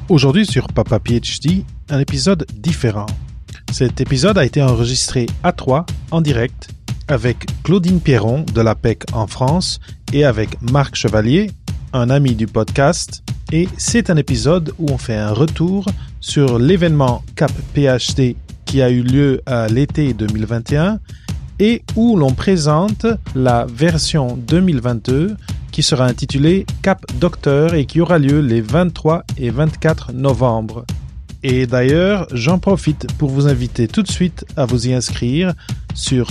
Aujourd'hui sur Papa PhD, un épisode différent. Cet épisode a été enregistré à Troyes, en direct, avec Claudine Pierron de l'APEC en France et avec Marc Chevalier, un ami du podcast. Et c'est un épisode où on fait un retour sur l'événement CAP PhD qui a eu lieu à l'été 2021 et où l'on présente la version 2022 qui sera intitulée Cap Docteur et qui aura lieu les 23 et 24 novembre. Et d'ailleurs, j'en profite pour vous inviter tout de suite à vous y inscrire sur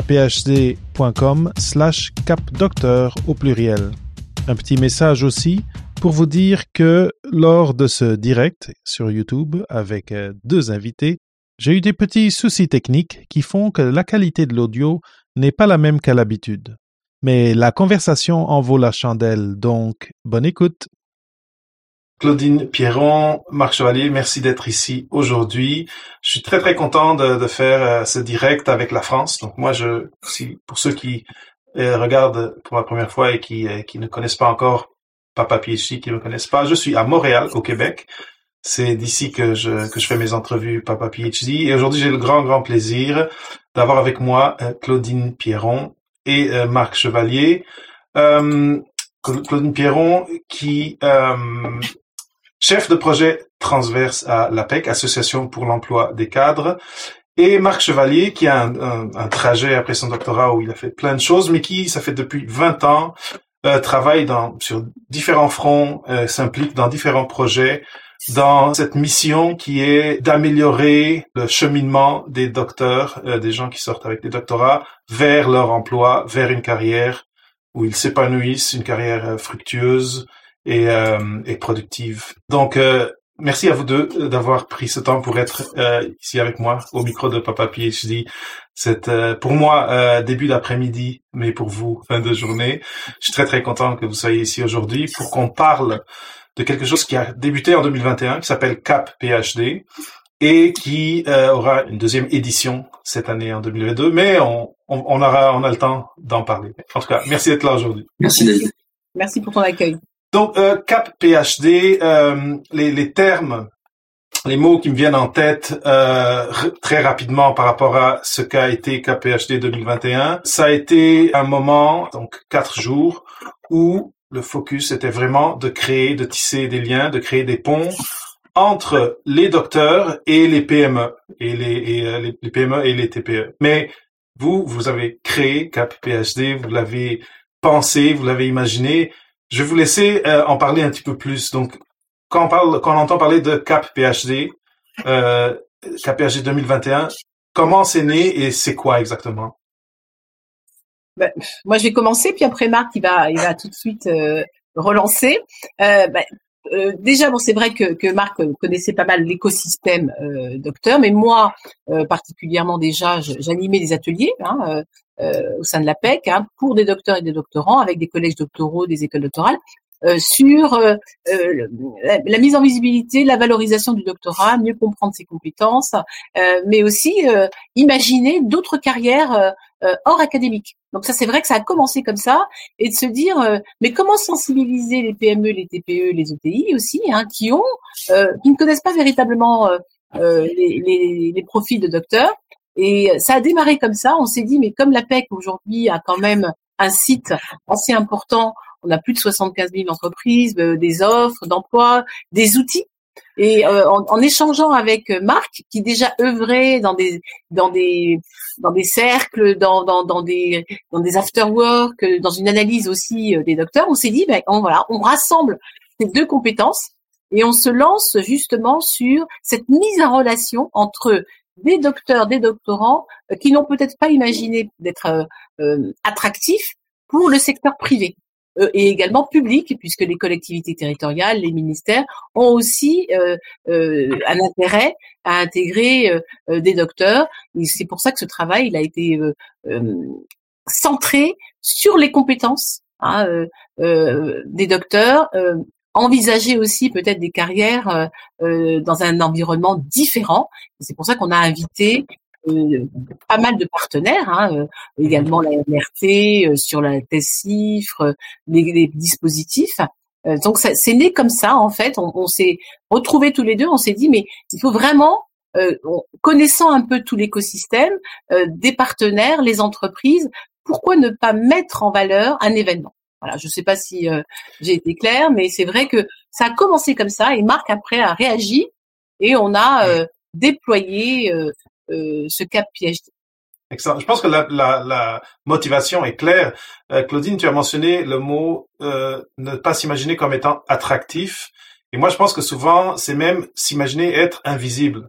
papaphd.com/capdocteur au pluriel. Un petit message aussi pour vous dire que lors de ce direct sur YouTube avec deux invités, j'ai eu des petits soucis techniques qui font que la qualité de l'audio n'est pas la même qu'à l'habitude. Mais la conversation en vaut la chandelle, donc bonne écoute. Claudine Pierron, Marc Chevalier, merci d'être ici aujourd'hui. Je suis très très content de faire ce direct avec la France. Donc moi, pour ceux qui regardent pour la première fois et qui ne connaissent pas encore Papa PhD, qui ne me connaissent pas, je suis à Montréal, au Québec. C'est d'ici que je fais mes entrevues Papa PhD. Et aujourd'hui, j'ai le grand plaisir d'avoir avec moi Claudine Pierron et Marc Chevalier. Claudine Pierron qui chef de projet transverse à l'APEC, Association pour l'emploi des cadres, et Marc Chevalier qui a un trajet après son doctorat où il a fait plein de choses, mais qui, ça fait depuis 20 ans, travaille sur différents fronts, s'implique dans différents projets, dans cette mission qui est d'améliorer le cheminement des docteurs, des gens qui sortent avec des doctorats, vers leur emploi, vers une carrière où ils s'épanouissent, une carrière fructueuse et productive. Donc, merci à vous deux d'avoir pris ce temps pour être ici avec moi au micro de Papa PhD. C'est pour moi début d'après-midi, mais pour vous fin de journée. Je suis très très content que vous soyez ici aujourd'hui pour qu'on parle de quelque chose qui a débuté en 2021, qui s'appelle CAP PhD et qui aura une deuxième édition cette année en 2022. Mais on a le temps d'en parler. En tout cas, merci d'être là aujourd'hui. Merci David. Merci pour ton accueil. Donc, CAP PhD, les termes, les mots qui me viennent en tête très rapidement par rapport à ce qu'a été CAP PhD 2021, ça a été un moment, donc 4 jours, où le focus était vraiment de tisser des liens, de créer des ponts entre les docteurs et les PME, et les PME et les TPE. Mais vous avez créé CAP PhD, vous l'avez pensé, vous l'avez imaginé. Je vais vous laisser en parler un petit peu plus. Donc, quand on entend parler de CAP PhD, CAP PhD 2021, comment c'est né et c'est quoi exactement? Moi, je vais commencer, puis après Marc, il va tout de suite relancer. Déjà, bon, c'est vrai que Marc connaissait pas mal l'écosystème docteur, mais moi, particulièrement déjà, j'animais des ateliers au sein de l'APEC pour des docteurs et des doctorants avec des collèges doctoraux, des écoles doctorales, sur la mise en visibilité, la valorisation du doctorat, mieux comprendre ses compétences, mais aussi imaginer d'autres carrières hors académique. Donc ça, c'est vrai que ça a commencé comme ça, et de se dire, mais comment sensibiliser les PME, les TPE, les ETI aussi, qui ne connaissent pas véritablement les profils de docteurs. Et ça a démarré comme ça. On s'est dit, mais comme l'APEC aujourd'hui a quand même un site assez important, on a plus de 75 000 entreprises, des offres d'emploi, des outils. Et en échangeant avec Marc, qui déjà œuvrait dans des cercles, dans des after-work, dans une analyse aussi des docteurs, on s'est dit, on rassemble ces deux compétences et on se lance justement sur cette mise en relation entre des docteurs, des doctorants qui n'ont peut-être pas imaginé d'être attractifs pour le secteur privé. Et également public, puisque les collectivités territoriales, les ministères ont aussi un intérêt à intégrer des docteurs. Et c'est pour ça que ce travail il a été centré sur les compétences des docteurs, envisager aussi peut-être des carrières dans un environnement différent. Et c'est pour ça qu'on a invité pas mal de partenaires, également la MRT sur la thèse CIFRE, les dispositifs, Donc c'est né comme ça en fait. On s'est retrouvés tous les deux. On s'est dit mais il faut vraiment connaissant un peu tout l'écosystème, des partenaires, les entreprises, pourquoi ne pas mettre en valeur un événement? Voilà, je ne sais pas si j'ai été claire, mais c'est vrai que ça a commencé comme ça et Marc après a réagi et on a déployé ce cap PhD. Excellent. Je pense que la motivation est claire. Claudine, tu as mentionné le mot ne pas s'imaginer comme étant attractif. Et moi, je pense que souvent, c'est même s'imaginer être invisible.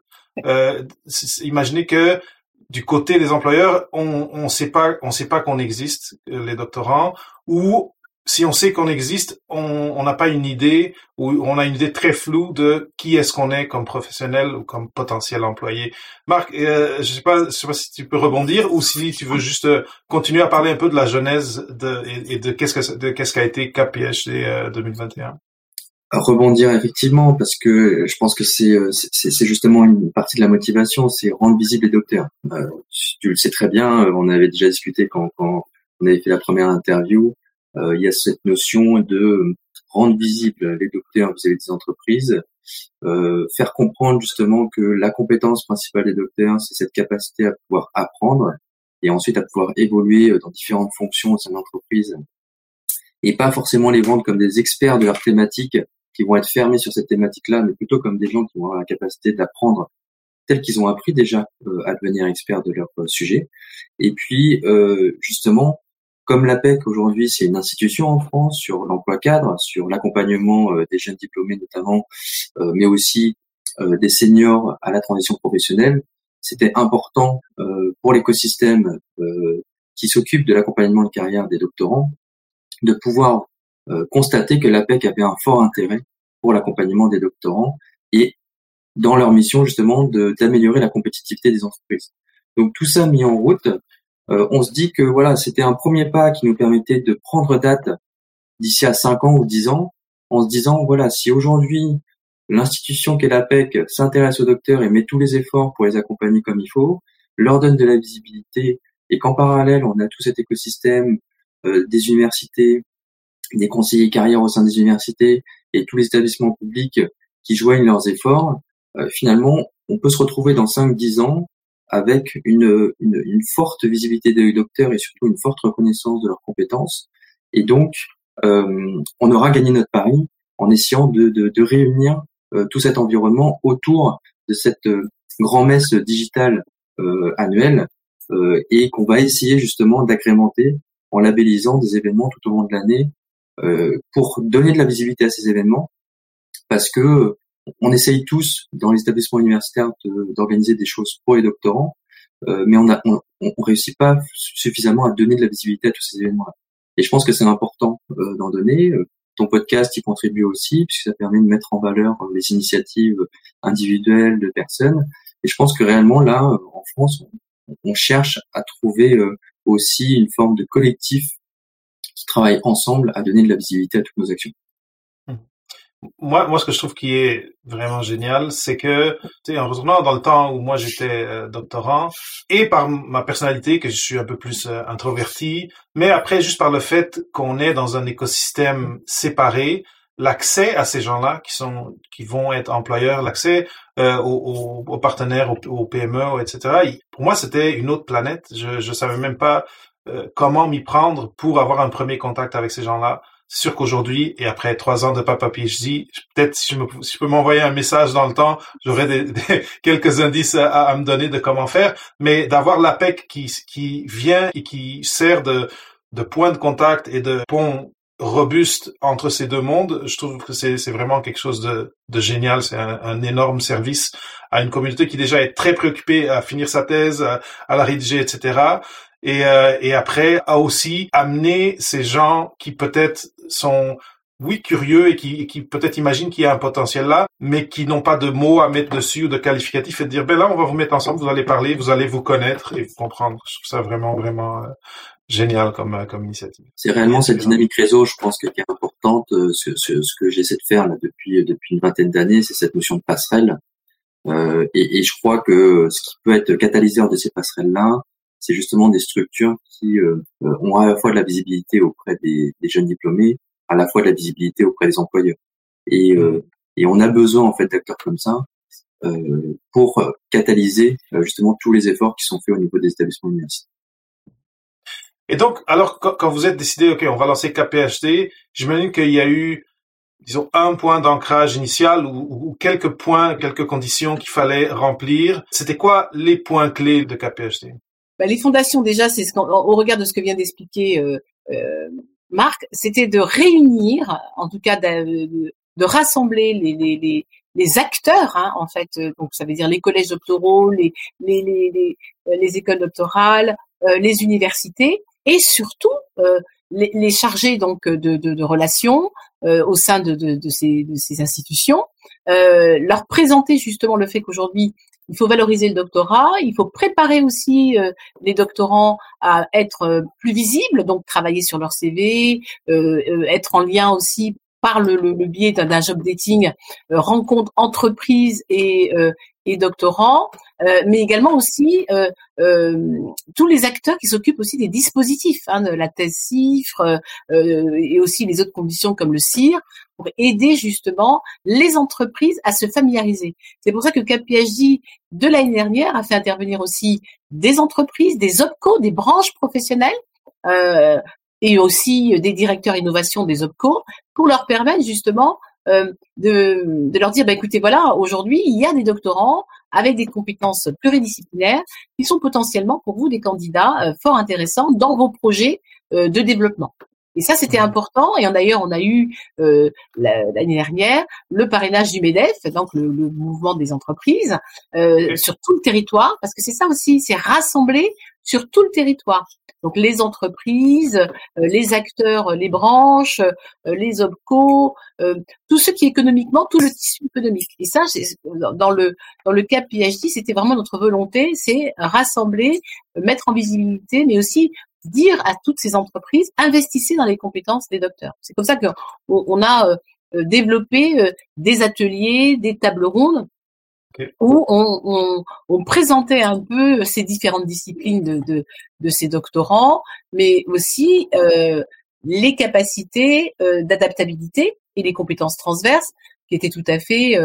Imaginer que du côté des employeurs, on sait pas qu'on existe, les doctorants, ou si on sait qu'on existe, on n'a pas une idée, ou on a une idée très floue de qui est-ce qu'on est comme professionnel ou comme potentiel employé. Marc, je sais pas si tu peux rebondir ou si tu veux juste continuer à parler un peu de la genèse et de qu'est-ce qu'a été Cap PhD 2021. Rebondir effectivement parce que je pense que c'est justement une partie de la motivation, c'est rendre visibles les docteurs. Tu le sais très bien, on avait déjà discuté quand on avait fait la première interview. Il y a cette notion de rendre visibles les docteurs vis-à-vis des entreprises, faire comprendre justement que la compétence principale des docteurs, c'est cette capacité à pouvoir apprendre et ensuite à pouvoir évoluer dans différentes fonctions au sein de l'entreprise et pas forcément les vendre comme des experts de leur thématique qui vont être fermés sur cette thématique-là, mais plutôt comme des gens qui vont avoir la capacité d'apprendre tels qu'ils ont appris déjà à devenir experts de leur sujet. Et puis, justement, comme l'APEC aujourd'hui, c'est une institution en France sur l'emploi cadre, sur l'accompagnement des jeunes diplômés notamment, mais aussi des seniors à la transition professionnelle, c'était important pour l'écosystème qui s'occupe de l'accompagnement de carrière des doctorants de pouvoir constater que l'APEC avait un fort intérêt pour l'accompagnement des doctorants et dans leur mission justement d'améliorer la compétitivité des entreprises. Donc tout ça mis en route, on se dit que voilà, c'était un premier pas qui nous permettait de prendre date d'ici à 5 ans ou 10 ans, en se disant voilà, si aujourd'hui l'institution qu'est l'APEC s'intéresse aux docteurs et met tous les efforts pour les accompagner comme il faut, leur donne de la visibilité et qu'en parallèle on a tout cet écosystème des universités, des conseillers carrière au sein des universités et tous les établissements publics qui joignent leurs efforts, finalement, on peut se retrouver dans 5-10 ans avec une forte visibilité des docteurs et surtout une forte reconnaissance de leurs compétences. Et donc, on aura gagné notre pari en essayant de réunir tout cet environnement autour de cette grand-messe digitale annuelle et qu'on va essayer justement d'agrémenter en labellisant des événements tout au long de l'année pour donner de la visibilité à ces événements parce que on essaye tous dans les établissements universitaires d'organiser des choses pour les doctorants, mais on réussit pas suffisamment à donner de la visibilité à tous ces événements-là. Et je pense que c'est important d'en donner. Ton podcast y contribue aussi puisque ça permet de mettre en valeur les initiatives individuelles de personnes. Et je pense que réellement là, en France, on cherche à trouver aussi une forme de collectif qui travaille ensemble à donner de la visibilité à toutes nos actions. Moi, ce que je trouve qui est vraiment génial, c'est que, tu sais, en retournant dans le temps où moi j'étais doctorant, et par ma personnalité, que je suis un peu plus introverti, mais après, juste par le fait qu'on est dans un écosystème séparé, l'accès à ces gens-là qui vont être employeurs, l'accès aux partenaires, aux PME, etc. Pour moi, c'était une autre planète. Je savais même pas comment m'y prendre pour avoir un premier contact avec ces gens-là. C'est sûr qu'aujourd'hui, et après 3 ans de Papa PhD, peut-être si je peux m'envoyer un message dans le temps, j'aurai quelques indices à me donner de comment faire. Mais d'avoir l'APEC qui vient et qui sert de point de contact et de pont robuste entre ces deux mondes, je trouve que c'est vraiment quelque chose de génial. C'est un énorme service à une communauté qui déjà est très préoccupée à finir sa thèse, à la rédiger, etc. Et après, à aussi amener ces gens qui peut-être sont, oui, curieux et qui peut-être imaginent qu'il y a un potentiel là, mais qui n'ont pas de mots à mettre dessus ou de qualificatifs et de dire, ben là, on va vous mettre ensemble, vous allez parler, vous allez vous connaître et vous comprendre. Je trouve ça vraiment, vraiment génial comme initiative. C'est réellement cette dynamique réseau, je pense, qui est importante. Ce que j'essaie de faire là depuis une vingtaine d'années, c'est cette notion de passerelle. Et je crois que ce qui peut être catalyseur de ces passerelles-là, c'est justement des structures qui ont à la fois de la visibilité auprès des jeunes diplômés, à la fois de la visibilité auprès des employeurs. Et on a besoin en fait d'acteurs comme ça pour catalyser justement tous les efforts qui sont faits au niveau des établissements universitaires. Et donc, alors, quand vous êtes décidé, OK, on va lancer KPHD, j'imagine qu'il y a eu, disons, un point d'ancrage initial ou quelques points, quelques conditions qu'il fallait remplir. C'était quoi les points clés de KPHD? Les fondations, déjà, c'est au regard de ce que vient d'expliquer Marc, c'était de réunir, en tout cas de rassembler les acteurs, hein, en fait. Donc, ça veut dire les collèges doctoraux, les écoles doctorales, les universités, et surtout les chargés donc de relations au sein de ces institutions, leur présenter justement le fait qu'aujourd'hui il faut valoriser le doctorat, il faut préparer aussi les doctorants à être plus visibles, donc travailler sur leur CV, être en lien aussi par le biais d'un job dating, rencontre entreprise et doctorants, mais également aussi tous les acteurs qui s'occupent aussi des dispositifs, hein, de la thèse CIFRE et aussi les autres conditions comme le CIR, pour aider justement les entreprises à se familiariser. C'est pour ça que le KPHD de l'année dernière a fait intervenir aussi des entreprises, des OPCO, des branches professionnelles, et aussi des directeurs innovation des OPCO, pour leur permettre justement de leur dire, écoutez, voilà, aujourd'hui, il y a des doctorants avec des compétences pluridisciplinaires qui sont potentiellement pour vous des candidats fort intéressants dans vos projets de développement. Et ça, c'était important. Et d'ailleurs, on a eu l'année dernière le parrainage du MEDEF, donc le mouvement des entreprises, sur tout le territoire, parce que c'est ça aussi, c'est rassembler sur tout le territoire. Donc les entreprises, les acteurs, les branches, les OPCO, tout ce qui est économiquement, tout le tissu économique. Et ça, dans le cas PhD, c'était vraiment notre volonté, c'est rassembler, mettre en visibilité, mais aussi dire à toutes ces entreprises, investissez dans les compétences des docteurs. C'est comme ça qu'on a développé des ateliers, des tables rondes, où on présentait un peu ces différentes disciplines de ces doctorants, mais aussi les capacités d'adaptabilité et les compétences transverses qui étaient tout à fait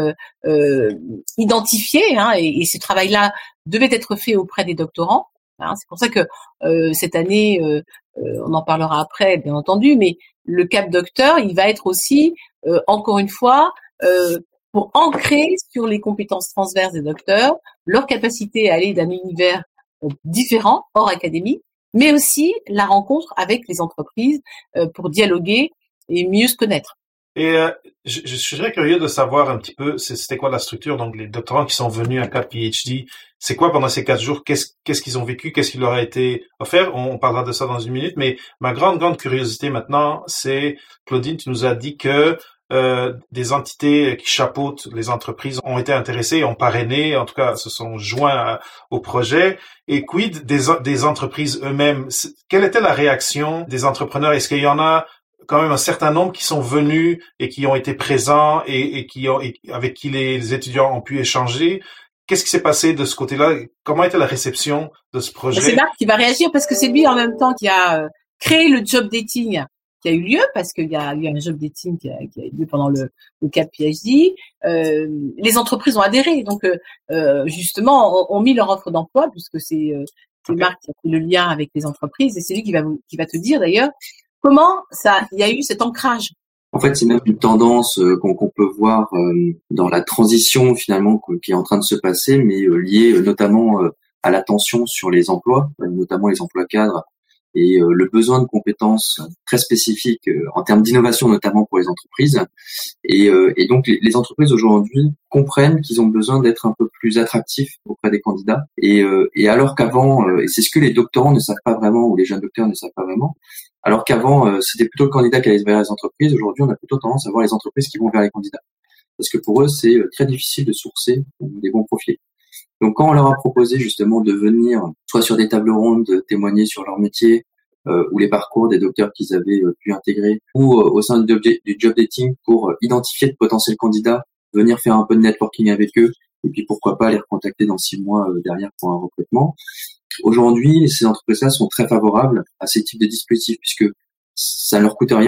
identifiées, hein, et ce travail-là devait être fait auprès des doctorants. Hein, c'est pour ça que cette année, on en parlera après, bien entendu, mais le Cap Docteur, il va être aussi, encore une fois, pour ancrer sur les compétences transverses des docteurs, leur capacité à aller d'un univers différent, hors académie, mais aussi la rencontre avec les entreprises pour dialoguer et mieux se connaître. Et je serais curieux de savoir un petit peu, c'était quoi la structure, donc les doctorants qui sont venus à Cap PhD, c'est quoi pendant ces 4 jours, qu'est-ce qu'ils ont vécu, qu'est-ce qui leur a été offert, on parlera de ça dans une minute, mais ma grande curiosité maintenant, c'est, Claudine, tu nous as dit que des entités qui chapeautent les entreprises ont été intéressées, ont parrainé, en tout cas se sont joints au projet. Et quid des entreprises eux-mêmes? Quelle était la réaction des entrepreneurs? Est-ce qu'il y en a quand même un certain nombre qui sont venus et qui ont été présents et avec qui les étudiants ont pu échanger? Qu'est-ce qui s'est passé de ce côté-là? Comment était la réception de ce projet? C'est Marc qui va réagir parce que c'est lui en même temps qui a créé le job dating qui a eu lieu, parce qu'il y a eu un job dating qui a eu lieu pendant le Cap PhD. Les entreprises ont adhéré, donc justement ont mis leur offre d'emploi, puisque c'est Marc qui a fait le lien avec les entreprises, et c'est lui qui va te dire d'ailleurs comment il y a eu cet ancrage. En fait, c'est même une tendance qu'on peut voir dans la transition finalement qui est en train de se passer, mais liée notamment à l'attention sur les emplois, notamment les emplois cadres, et le besoin de compétences très spécifiques en termes d'innovation, notamment pour les entreprises. Et donc les entreprises aujourd'hui comprennent qu'ils ont besoin d'être un peu plus attractifs auprès des candidats. Et alors qu'avant, et c'est ce que les doctorants ne savent pas vraiment, ou les jeunes docteurs ne savent pas vraiment, alors qu'avant c'était plutôt le candidat qui allait vers les entreprises, aujourd'hui on a plutôt tendance à voir les entreprises qui vont vers les candidats. Parce que pour eux, c'est très difficile de sourcer des bons profils. Donc quand on leur a proposé justement de venir, soit sur des tables rondes, de témoigner sur leur métier, ou les parcours des docteurs qu'ils avaient pu intégrer, ou au sein du job dating pour identifier de potentiels candidats, venir faire un peu de networking avec eux, et puis pourquoi pas les recontacter dans 6 mois derrière pour un recrutement. Aujourd'hui, ces entreprises-là sont très favorables à ces types de dispositifs, puisque ça ne leur coûte rien.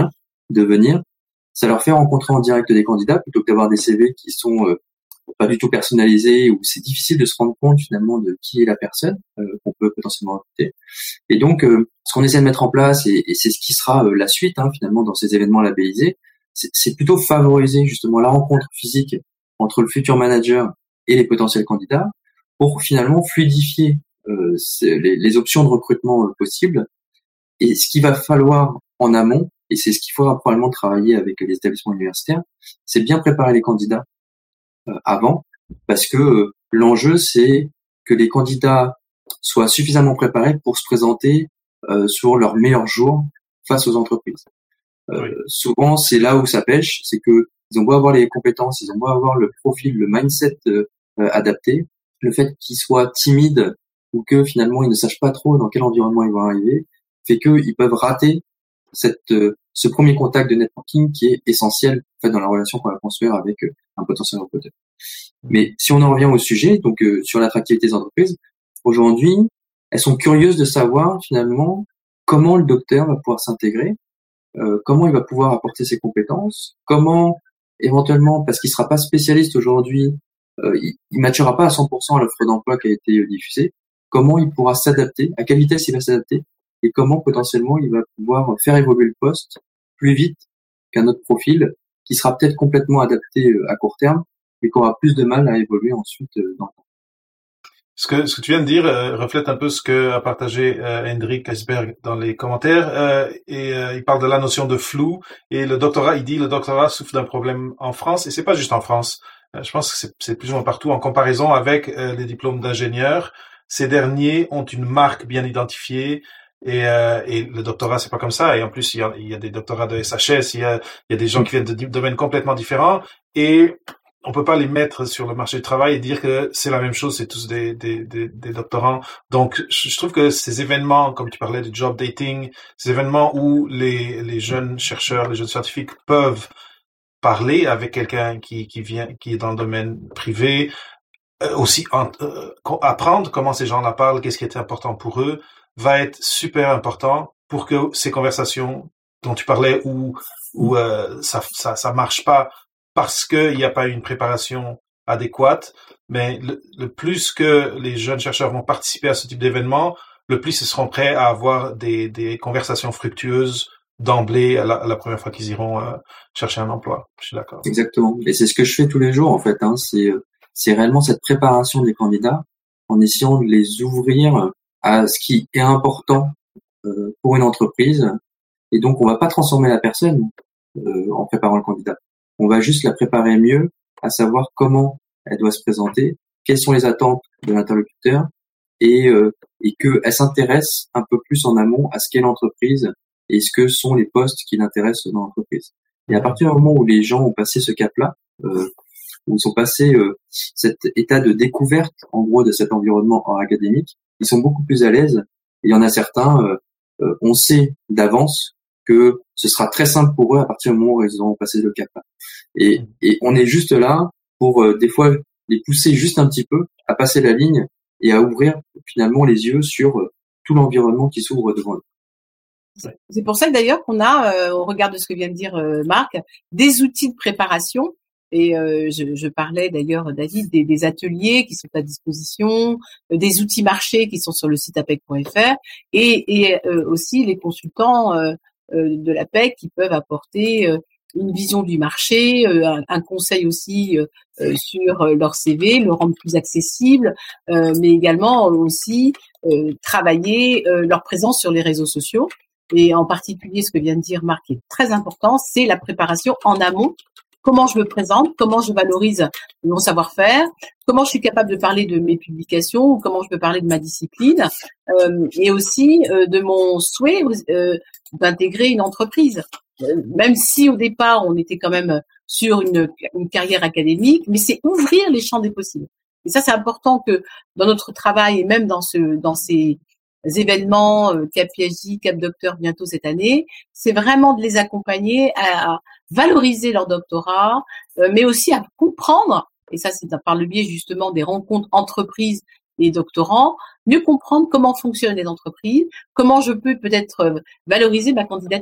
de venir. Ça leur fait rencontrer en direct des candidats plutôt que d'avoir des CV qui sont pas du tout personnalisés, où c'est difficile de se rendre compte finalement de qui est la personne qu'on peut potentiellement recruter. Et donc, ce qu'on essaie de mettre en place, et c'est ce qui sera la suite finalement dans ces événements labellisés, c'est plutôt favoriser justement la rencontre physique entre le futur manager et les potentiels candidats pour finalement fluidifier les options de recrutement possibles. Et ce qu'il va falloir en amont, et c'est ce qu'il faudra probablement travailler avec les établissements universitaires, c'est bien préparer les candidats avant, parce que l'enjeu, c'est que les candidats soient suffisamment préparés pour se présenter sur leurs meilleurs jours face aux entreprises. Oui. Souvent, c'est là où ça pêche, c'est que ils ont beau avoir les compétences, ils ont beau avoir le profil, le mindset adapté, le fait qu'ils soient timides ou que finalement ils ne sachent pas trop dans quel environnement ils vont arriver, fait qu'ils peuvent rater ce premier contact de networking qui est essentiel en fait dans la relation qu'on va construire avec un potentiel recruteur. Mais si on en revient au sujet, donc sur l'attractivité des entreprises, aujourd'hui, elles sont curieuses de savoir finalement comment le docteur va pouvoir s'intégrer, comment il va pouvoir apporter ses compétences, comment éventuellement, parce qu'il sera pas spécialiste aujourd'hui, il matchera pas à 100% à l'offre d'emploi qui a été diffusée, comment il pourra s'adapter, à quelle vitesse il va s'adapter, et comment potentiellement il va pouvoir faire évoluer le poste plus vite qu'un autre profil qui sera peut-être complètement adapté à court terme, mais qui aura plus de mal à évoluer ensuite dans le temps. Ce que tu viens de dire reflète un peu ce que a partagé Hendrik Esberg dans les commentaires, il parle de la notion de flou, et le doctorat souffre d'un problème en France, et c'est pas juste en France. Je pense que c'est plus ou moins partout en comparaison avec les diplômes d'ingénieurs. Ces derniers ont une marque bien identifiée, et le doctorat c'est pas comme ça, et en plus il y a des doctorats de SHS, il y a des gens qui viennent de domaines complètement différents, et on peut pas les mettre sur le marché du travail et dire que c'est la même chose, c'est tous des doctorants. Donc, je trouve que ces événements, comme tu parlais du job dating, ces événements où les jeunes chercheurs, les jeunes scientifiques peuvent parler avec quelqu'un qui est dans le domaine privé, aussi apprendre comment ces gens-là parlent, qu'est-ce qui est important pour eux, va être super important pour que ces conversations dont tu parlais où ça marche pas parce qu'il n'y a pas eu une préparation adéquate, mais le plus que les jeunes chercheurs vont participer à ce type d'événement, le plus ils seront prêts à avoir des conversations fructueuses d'emblée à la première fois qu'ils iront chercher un emploi. Je suis d'accord. Exactement. Et c'est ce que je fais tous les jours en fait. C'est réellement cette préparation des candidats en essayant de les ouvrir à ce qui est important pour une entreprise. Et donc on va pas transformer la personne en préparant le candidat. On va juste la préparer mieux à savoir comment elle doit se présenter, quelles sont les attentes de l'interlocuteur et qu'elle s'intéresse un peu plus en amont à ce qu'est l'entreprise et ce que sont les postes qui l'intéressent dans l'entreprise. Et à partir du moment où les gens ont passé ce cap-là, où ils ont passé cet état de découverte en gros de cet environnement hors académique, ils sont beaucoup plus à l'aise. Et il y en a certains, on sait d'avance que ce sera très simple pour eux à partir du moment où ils auront passé le cap. Et on est juste là pour des fois les pousser juste un petit peu à passer la ligne et à ouvrir finalement les yeux sur tout l'environnement qui s'ouvre devant eux. C'est pour ça que d'ailleurs qu'on a, au regard de ce que vient de dire Marc, des outils de préparation. Et je parlais d'ailleurs, David, des ateliers qui sont à disposition, des outils marchés qui sont sur le site apec.fr et aussi les consultants de l'APEC qui peuvent apporter une vision du marché, un conseil aussi sur leur CV, le rendre plus accessible, mais également aussi travailler leur présence sur les réseaux sociaux. Et en particulier, ce que vient de dire Marc est très important, c'est la préparation en amont. Comment je me présente, comment je valorise mon savoir-faire, comment je suis capable de parler de mes publications, comment je peux parler de ma discipline, et aussi de mon souhait d'intégrer une entreprise. Même si au départ on était quand même sur une carrière académique, mais c'est ouvrir les champs des possibles. Et ça, c'est important que dans notre travail et même dans ces événements Cap PhD, Cap Docteur bientôt cette année, c'est vraiment de les accompagner à valoriser leur doctorat, mais aussi à comprendre, et ça c'est par le biais justement des rencontres entreprises et doctorants, mieux comprendre comment fonctionnent les entreprises, comment je peux peut-être valoriser ma candidature.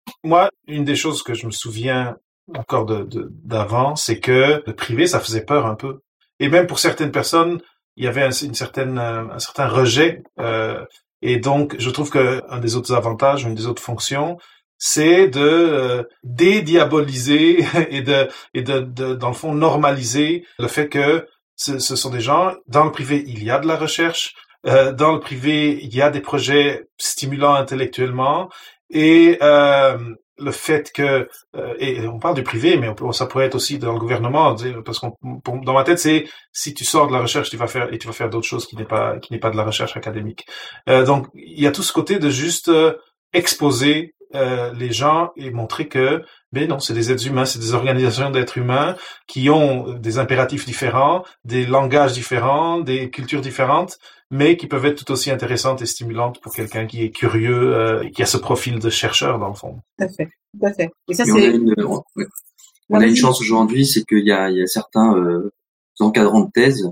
Moi, une des choses que je me souviens encore d'avant, c'est que le privé, ça faisait peur un peu. Et même pour certaines personnes, il y avait un certain rejet. Et donc, je trouve que un des autres avantages, une des autres fonctions, c'est de dédiaboliser et de dans le fond normaliser le fait que ce sont des gens dans le privé, il y a de la recherche, dans le privé, il y a des projets stimulants intellectuellement et le fait que et on parle du privé, mais ça pourrait être aussi dans le gouvernement, parce dans ma tête, c'est si tu sors de la recherche, tu vas faire d'autres choses qui n'est pas de la recherche académique. Donc il y a tout ce côté de juste exposer les gens et montrer que ben non, c'est des êtres humains, c'est des organisations d'êtres humains qui ont des impératifs différents, des langages différents, des cultures différentes, mais qui peuvent être tout aussi intéressantes et stimulantes pour quelqu'un qui est curieux et qui a ce profil de chercheur dans le fond. Tout à fait, tout à fait. Et ça, on a une chance aujourd'hui, c'est qu'il y a certains encadrants de thèse,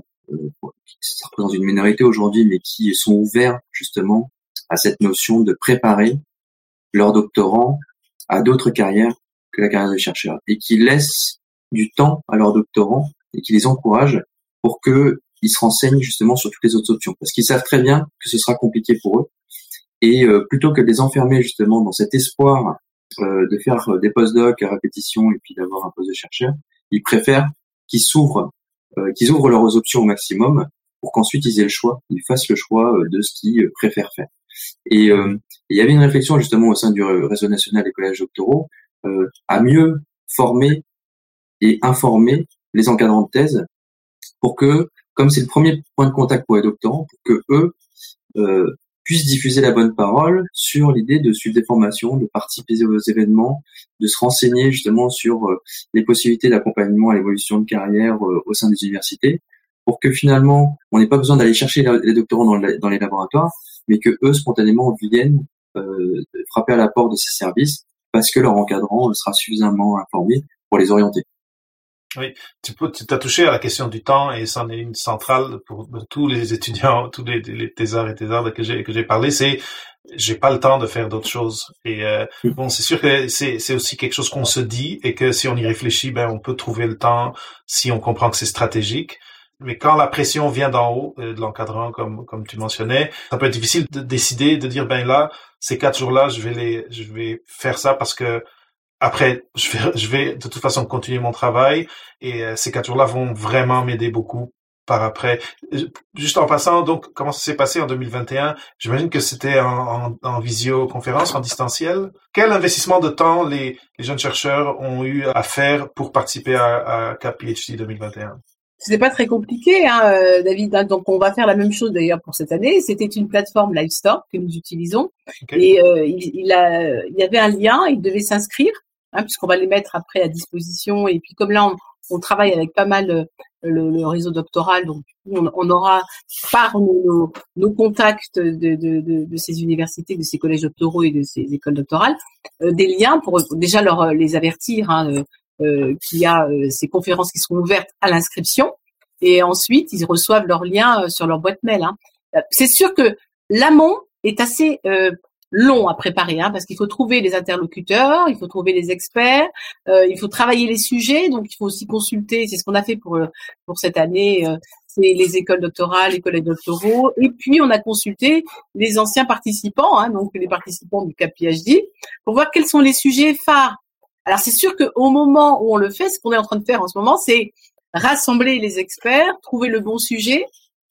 ça représente une minorité aujourd'hui, mais qui sont ouverts justement à cette notion de préparer leurs doctorants à d'autres carrières que la carrière de chercheur, et qui laissent du temps à leurs doctorants et qui les encouragent pour que ils se renseignent justement sur toutes les autres options, parce qu'ils savent très bien que ce sera compliqué pour eux, et plutôt que de les enfermer justement dans cet espoir de faire des post-docs à répétition et puis d'avoir un poste de chercheur, ils préfèrent qu'ils ouvrent leurs options au maximum pour qu'ensuite ils aient le choix, ils fassent le choix de ce qu'ils préfèrent faire. Et il y avait une réflexion justement au sein du réseau national des collèges doctoraux à mieux former et informer les encadrants de thèse pour que, comme c'est le premier point de contact pour les doctorants, pour que eux puissent diffuser la bonne parole sur l'idée de suivre des formations, de participer aux événements, de se renseigner justement sur les possibilités d'accompagnement à l'évolution de carrière au sein des universités, pour que finalement on n'ait pas besoin d'aller chercher les doctorants dans les laboratoires, mais que eux spontanément viennent frapper à la porte de ces services parce que leur encadrant sera suffisamment informé pour les orienter. Oui, tu as touché à la question du temps et c'en est une centrale pour tous les étudiants, tous les thésards et thésardes que j'ai parlé, c'est j'ai pas le temps de faire d'autres choses. Et bon, c'est sûr que c'est aussi quelque chose qu'on se dit et que si on y réfléchit, ben on peut trouver le temps si on comprend que c'est stratégique. Mais quand la pression vient d'en haut, de l'encadrant, comme tu mentionnais, ça peut être difficile de décider, de dire, ben là, ces 4 jours-là, je vais faire ça parce que après, je vais de toute façon continuer mon travail et ces 4 jours-là vont vraiment m'aider beaucoup par après. Juste en passant, donc, comment ça s'est passé en 2021? J'imagine que c'était en visioconférence, en distanciel. Quel investissement de temps les jeunes chercheurs ont eu à faire pour participer à CAP PhD 2021? C'est pas très compliqué, David. Donc, on va faire la même chose d'ailleurs pour cette année. C'était une plateforme Livestorm que nous utilisons. Okay. Et il y avait un lien, il devait s'inscrire, puisqu'on va les mettre après à disposition. Et puis, comme là, on travaille avec pas mal le réseau doctoral, donc on aura par nos contacts de ces universités, de ces collèges doctoraux et de ces écoles doctorales, des liens pour déjà les avertir, qu'il y a ces conférences qui seront ouvertes à l'inscription, et ensuite ils reçoivent leurs liens sur leur boîte mail. C'est sûr que l'amont est assez long à préparer, parce qu'il faut trouver les interlocuteurs, il faut trouver les experts, il faut travailler les sujets, donc il faut aussi consulter. C'est ce qu'on a fait pour cette année. C'est les écoles doctorales, les collèges doctoraux, et puis on a consulté les anciens participants, donc les participants du CAP PhD, pour voir quels sont les sujets phares. Alors, c'est sûr qu'au moment où on le fait, ce qu'on est en train de faire en ce moment, c'est rassembler les experts, trouver le bon sujet,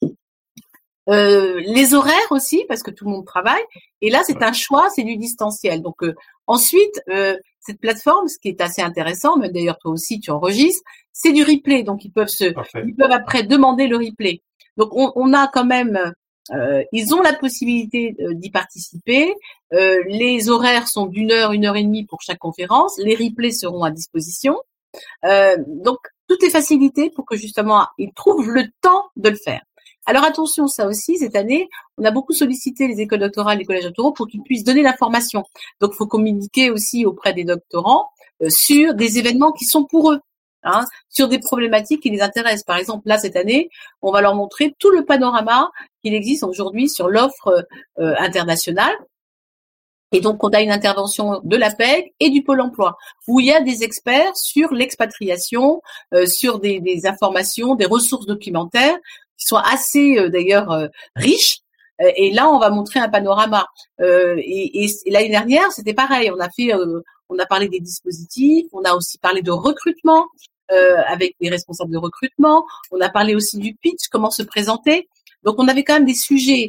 les horaires aussi, parce que tout le monde travaille. Et là, c'est un choix, c'est du distanciel. Donc, ensuite, cette plateforme, ce qui est assez intéressant, même d'ailleurs toi aussi, tu enregistres, c'est du replay. Donc, ils peuvent après demander le replay. Donc, on a quand même... ils ont la possibilité d'y participer. Les horaires sont d'1 heure, 1 heure et demie pour chaque conférence. Les replays seront à disposition. Donc, tout est facilité pour que justement ils trouvent le temps de le faire. Alors attention, ça aussi, cette année, on a beaucoup sollicité les écoles doctorales, les collèges doctoraux pour qu'ils puissent donner l'information. Donc, il faut communiquer aussi auprès des doctorants sur des événements qui sont pour eux. Sur des problématiques qui les intéressent. Par exemple, là, cette année, on va leur montrer tout le panorama qu'il existe aujourd'hui sur l'offre internationale. Et donc, on a une intervention de l'APEC et du Pôle emploi, où il y a des experts sur l'expatriation, sur des informations, des ressources documentaires qui sont assez, d'ailleurs, riches. Et là, on va montrer un panorama. Et l'année dernière, c'était pareil. On a parlé des dispositifs, on a aussi parlé de recrutement avec les responsables de recrutement. On a parlé aussi du pitch, comment se présenter. Donc, on avait quand même des sujets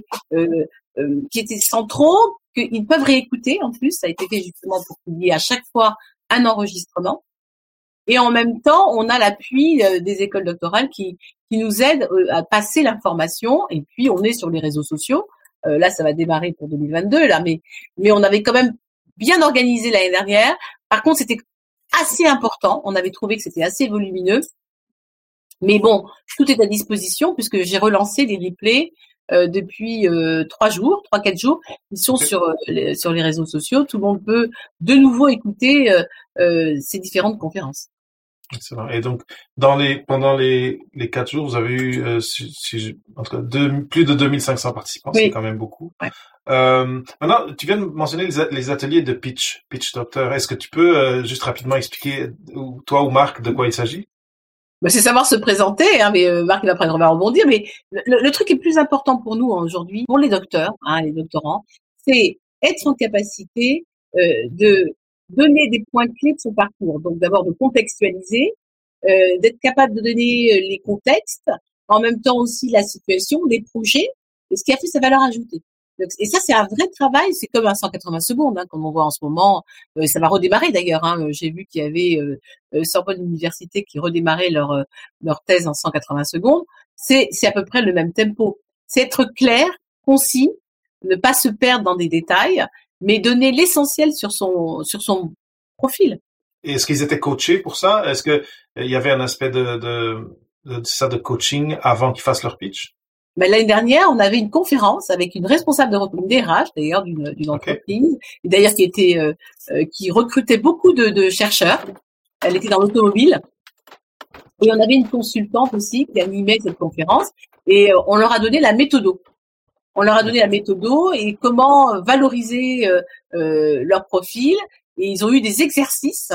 qui étaient centraux, qu'ils peuvent réécouter en plus. Ça a été fait justement pour qu'il y ait à chaque fois un enregistrement. Et en même temps, on a l'appui des écoles doctorales qui nous aident à passer l'information. Et puis, on est sur les réseaux sociaux. Là, ça va démarrer pour 2022, là, mais on avait quand même bien organisé l'année dernière. Par contre, c'était assez important. On avait trouvé que c'était assez volumineux. Mais bon, tout est à disposition puisque j'ai relancé les replays depuis 4 jours. Ils sont sur les réseaux sociaux. Tout le monde peut de nouveau écouter ces différentes conférences. Excellent. Et donc, pendant les 4 jours, vous avez eu en tout cas, plus de 2500 participants. Oui. C'est quand même beaucoup. Ouais. Maintenant, tu viens de mentionner les ateliers de pitch docteur. Est-ce que tu peux juste rapidement expliquer, toi ou Marc, de quoi il s'agit? C'est savoir se présenter, hein, mais Marc il va rebondir. Mais le truc qui est plus important pour nous aujourd'hui, pour les docteurs, les doctorants, c'est être en capacité de donner des points clés de son parcours. Donc d'abord de contextualiser, d'être capable de donner les contextes, en même temps aussi la situation, les projets, et ce qui a fait sa valeur ajoutée. Donc, et ça, c'est un vrai travail. C'est comme un 180 secondes, comme on voit en ce moment. Ça va redémarrer d'ailleurs. J'ai vu qu'il y avait Sorbonne Université qui redémarrait leur thèse en 180 secondes. C'est à peu près le même tempo. C'est être clair, concis, ne pas se perdre dans des détails, mais donner l'essentiel sur son profil. Et est-ce qu'ils étaient coachés pour ça? Est-ce que il y avait un aspect de coaching avant qu'ils fassent leur pitch? L'année dernière, on avait une conférence avec une responsable de DRH, d'ailleurs, d'une entreprise, et d'ailleurs qui recrutait beaucoup de chercheurs. Elle était dans l'automobile. Et on avait une consultante aussi qui animait cette conférence, et on leur a donné la méthodo. On leur a donné la méthodo et comment valoriser leur profil. Et ils ont eu des exercices.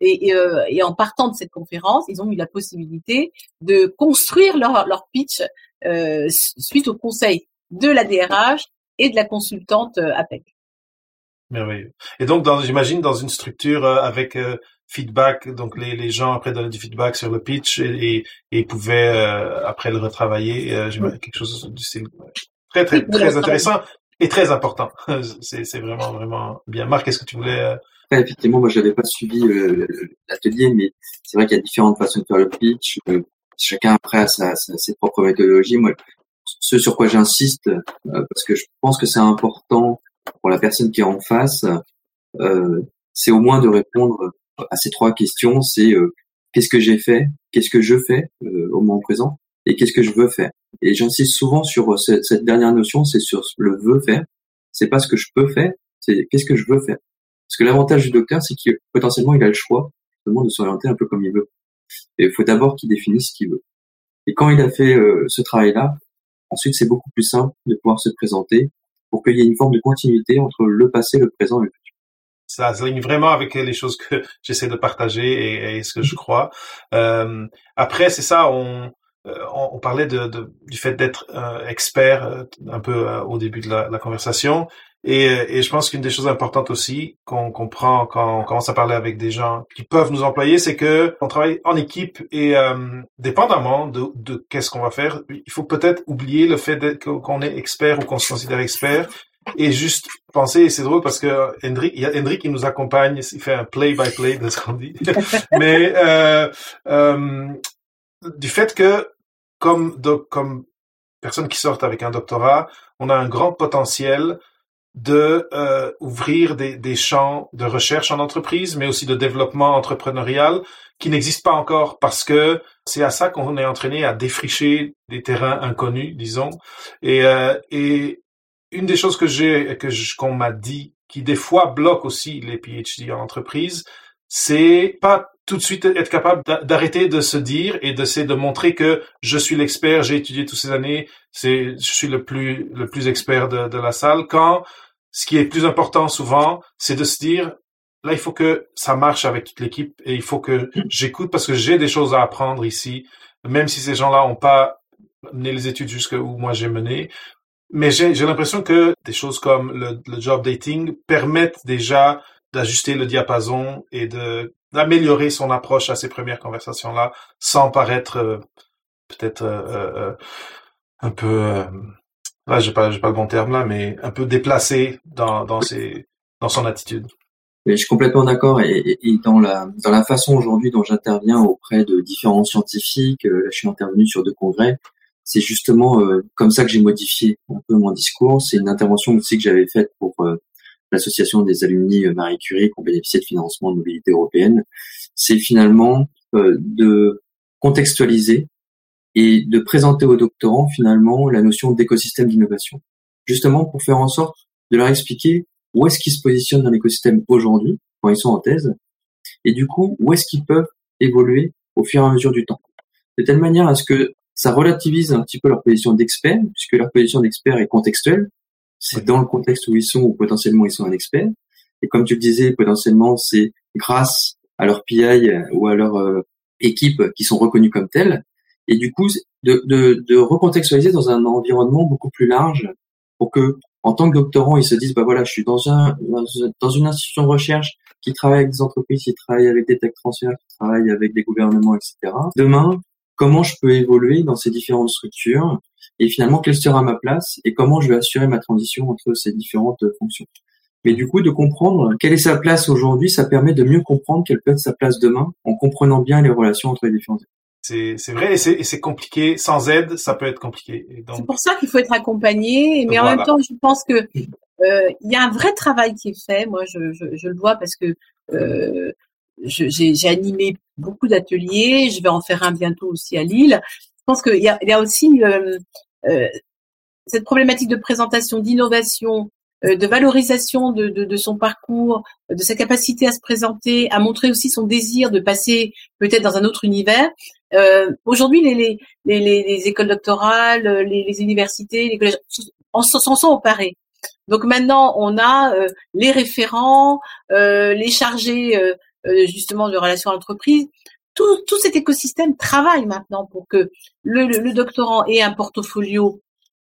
Et en partant de cette conférence, ils ont eu la possibilité de construire leur pitch suite au conseil de la DRH et de la consultante APEC. Merveilleux. Et donc, j'imagine, dans une structure avec feedback, donc les gens après donnaient du feedback sur le pitch et ils pouvaient après le retravailler, quelque chose du style très intéressant et très important. C'est vraiment, vraiment bien. Marc, est-ce que tu voulais... Effectivement, moi, j'avais pas suivi l'atelier, mais c'est vrai qu'il y a différentes façons de faire le pitch. Chacun après a ses propres méthodologies. Moi, ce sur quoi j'insiste, parce que je pense que c'est important pour la personne qui est en face, c'est au moins de répondre à ces 3 questions. C'est qu'est-ce que j'ai fait, qu'est-ce que je fais au moment présent, et qu'est-ce que je veux faire. Et j'insiste souvent sur cette dernière notion, c'est sur le veut faire. C'est pas ce que je peux faire, c'est qu'est-ce que je veux faire. Parce que l'avantage du docteur, c'est qu'il potentiellement il a le choix justement de s'orienter un peu comme il veut. Et il faut d'abord qu'il définisse ce qu'il veut. Et quand il a fait ce travail-là, ensuite c'est beaucoup plus simple de pouvoir se présenter pour qu'il y ait une forme de continuité entre le passé, le présent et le futur. Ça se ligne vraiment avec les choses que j'essaie de partager et ce que je crois. Après, c'est ça, on parlait du fait d'être expert un peu au début de la conversation. Et je pense qu'une des choses importantes aussi qu'on comprend quand on commence à parler avec des gens qui peuvent nous employer, c'est que on travaille en équipe et dépendamment de qu'est-ce qu'on va faire, il faut peut-être oublier le fait qu'on est expert ou qu'on se considère expert et juste penser, et c'est drôle parce que il y a Hendrik qui nous accompagne, il fait un play-by-play de ce qu'on dit, mais du fait que comme personne qui sort avec un doctorat, on a un grand potentiel de ouvrir des champs de recherche en entreprise, mais aussi de développement entrepreneurial qui n'existent pas encore parce que c'est à ça qu'on est entraîné à défricher des terrains inconnus, disons. Et une des choses qu'on m'a dit qui des fois bloque aussi les PhD en entreprise, c'est pas tout de suite être capable d'arrêter de se dire et d'essayer de montrer que je suis l'expert, j'ai étudié toutes ces années, je suis le plus expert de la salle, quand ce qui est plus important souvent, c'est de se dire, là, il faut que ça marche avec toute l'équipe et il faut que j'écoute parce que j'ai des choses à apprendre ici, même si ces gens-là ont pas mené les études jusqu'à où moi j'ai mené. Mais j'ai l'impression que des choses comme le job dating permettent déjà d'ajuster le diapason et d'améliorer son approche à ces premières conversations-là sans paraître peut-être un peu là j'ai pas le bon terme là, mais un peu déplacé dans son attitude. Mais je suis complètement d'accord et dans la façon aujourd'hui dont j'interviens auprès de différents scientifiques, là, je suis intervenu sur 2 congrès, c'est justement comme ça que j'ai modifié un peu mon discours. C'est une intervention aussi que j'avais faite pour l'association des alumni Marie Curie qui ont bénéficié de financement de mobilité européenne. C'est finalement de contextualiser et de présenter aux doctorants finalement la notion d'écosystème d'innovation, justement pour faire en sorte de leur expliquer où est-ce qu'ils se positionnent dans l'écosystème aujourd'hui, quand ils sont en thèse, et du coup, où est-ce qu'ils peuvent évoluer au fur et à mesure du temps. De telle manière à ce que ça relativise un petit peu leur position d'expert, puisque leur position d'expert est contextuelle. C'est dans le contexte où ils sont, où potentiellement ils sont un expert. Et comme tu le disais, potentiellement, c'est grâce à leur PI ou à leur équipe qui sont reconnus comme tels. Et du coup, de recontextualiser dans un environnement beaucoup plus large pour que, en tant que doctorant, ils se disent, bah voilà, je suis dans une institution de recherche qui travaille avec des entreprises, qui travaille avec des tech transferts, qui travaille avec des gouvernements, etc. Demain, comment je peux évoluer dans ces différentes structures et finalement, quelle sera ma place et comment je vais assurer ma transition entre ces différentes fonctions. Mais du coup, de comprendre quelle est sa place aujourd'hui, ça permet de mieux comprendre quelle peut être sa place demain en comprenant bien les relations entre les différentes. C'est vrai et c'est compliqué. Sans aide, ça peut être compliqué. Et donc... C'est pour ça qu'il faut être accompagné. Mais en même temps, je pense que il y a un vrai travail qui est fait. Moi, je le vois parce que j'ai animé beaucoup d'ateliers. Je vais en faire un bientôt aussi à Lille. Je pense qu'il y a aussi cette problématique de présentation, d'innovation, de valorisation de son parcours, de sa capacité à se présenter, à montrer aussi son désir de passer peut-être dans un autre univers. Aujourd'hui, les écoles doctorales, les universités, les collèges s'en sont emparés. Donc maintenant, on a les référents, les chargés justement de relations à l'entreprise. Tout cet écosystème travaille maintenant pour que le doctorant ait un portfolio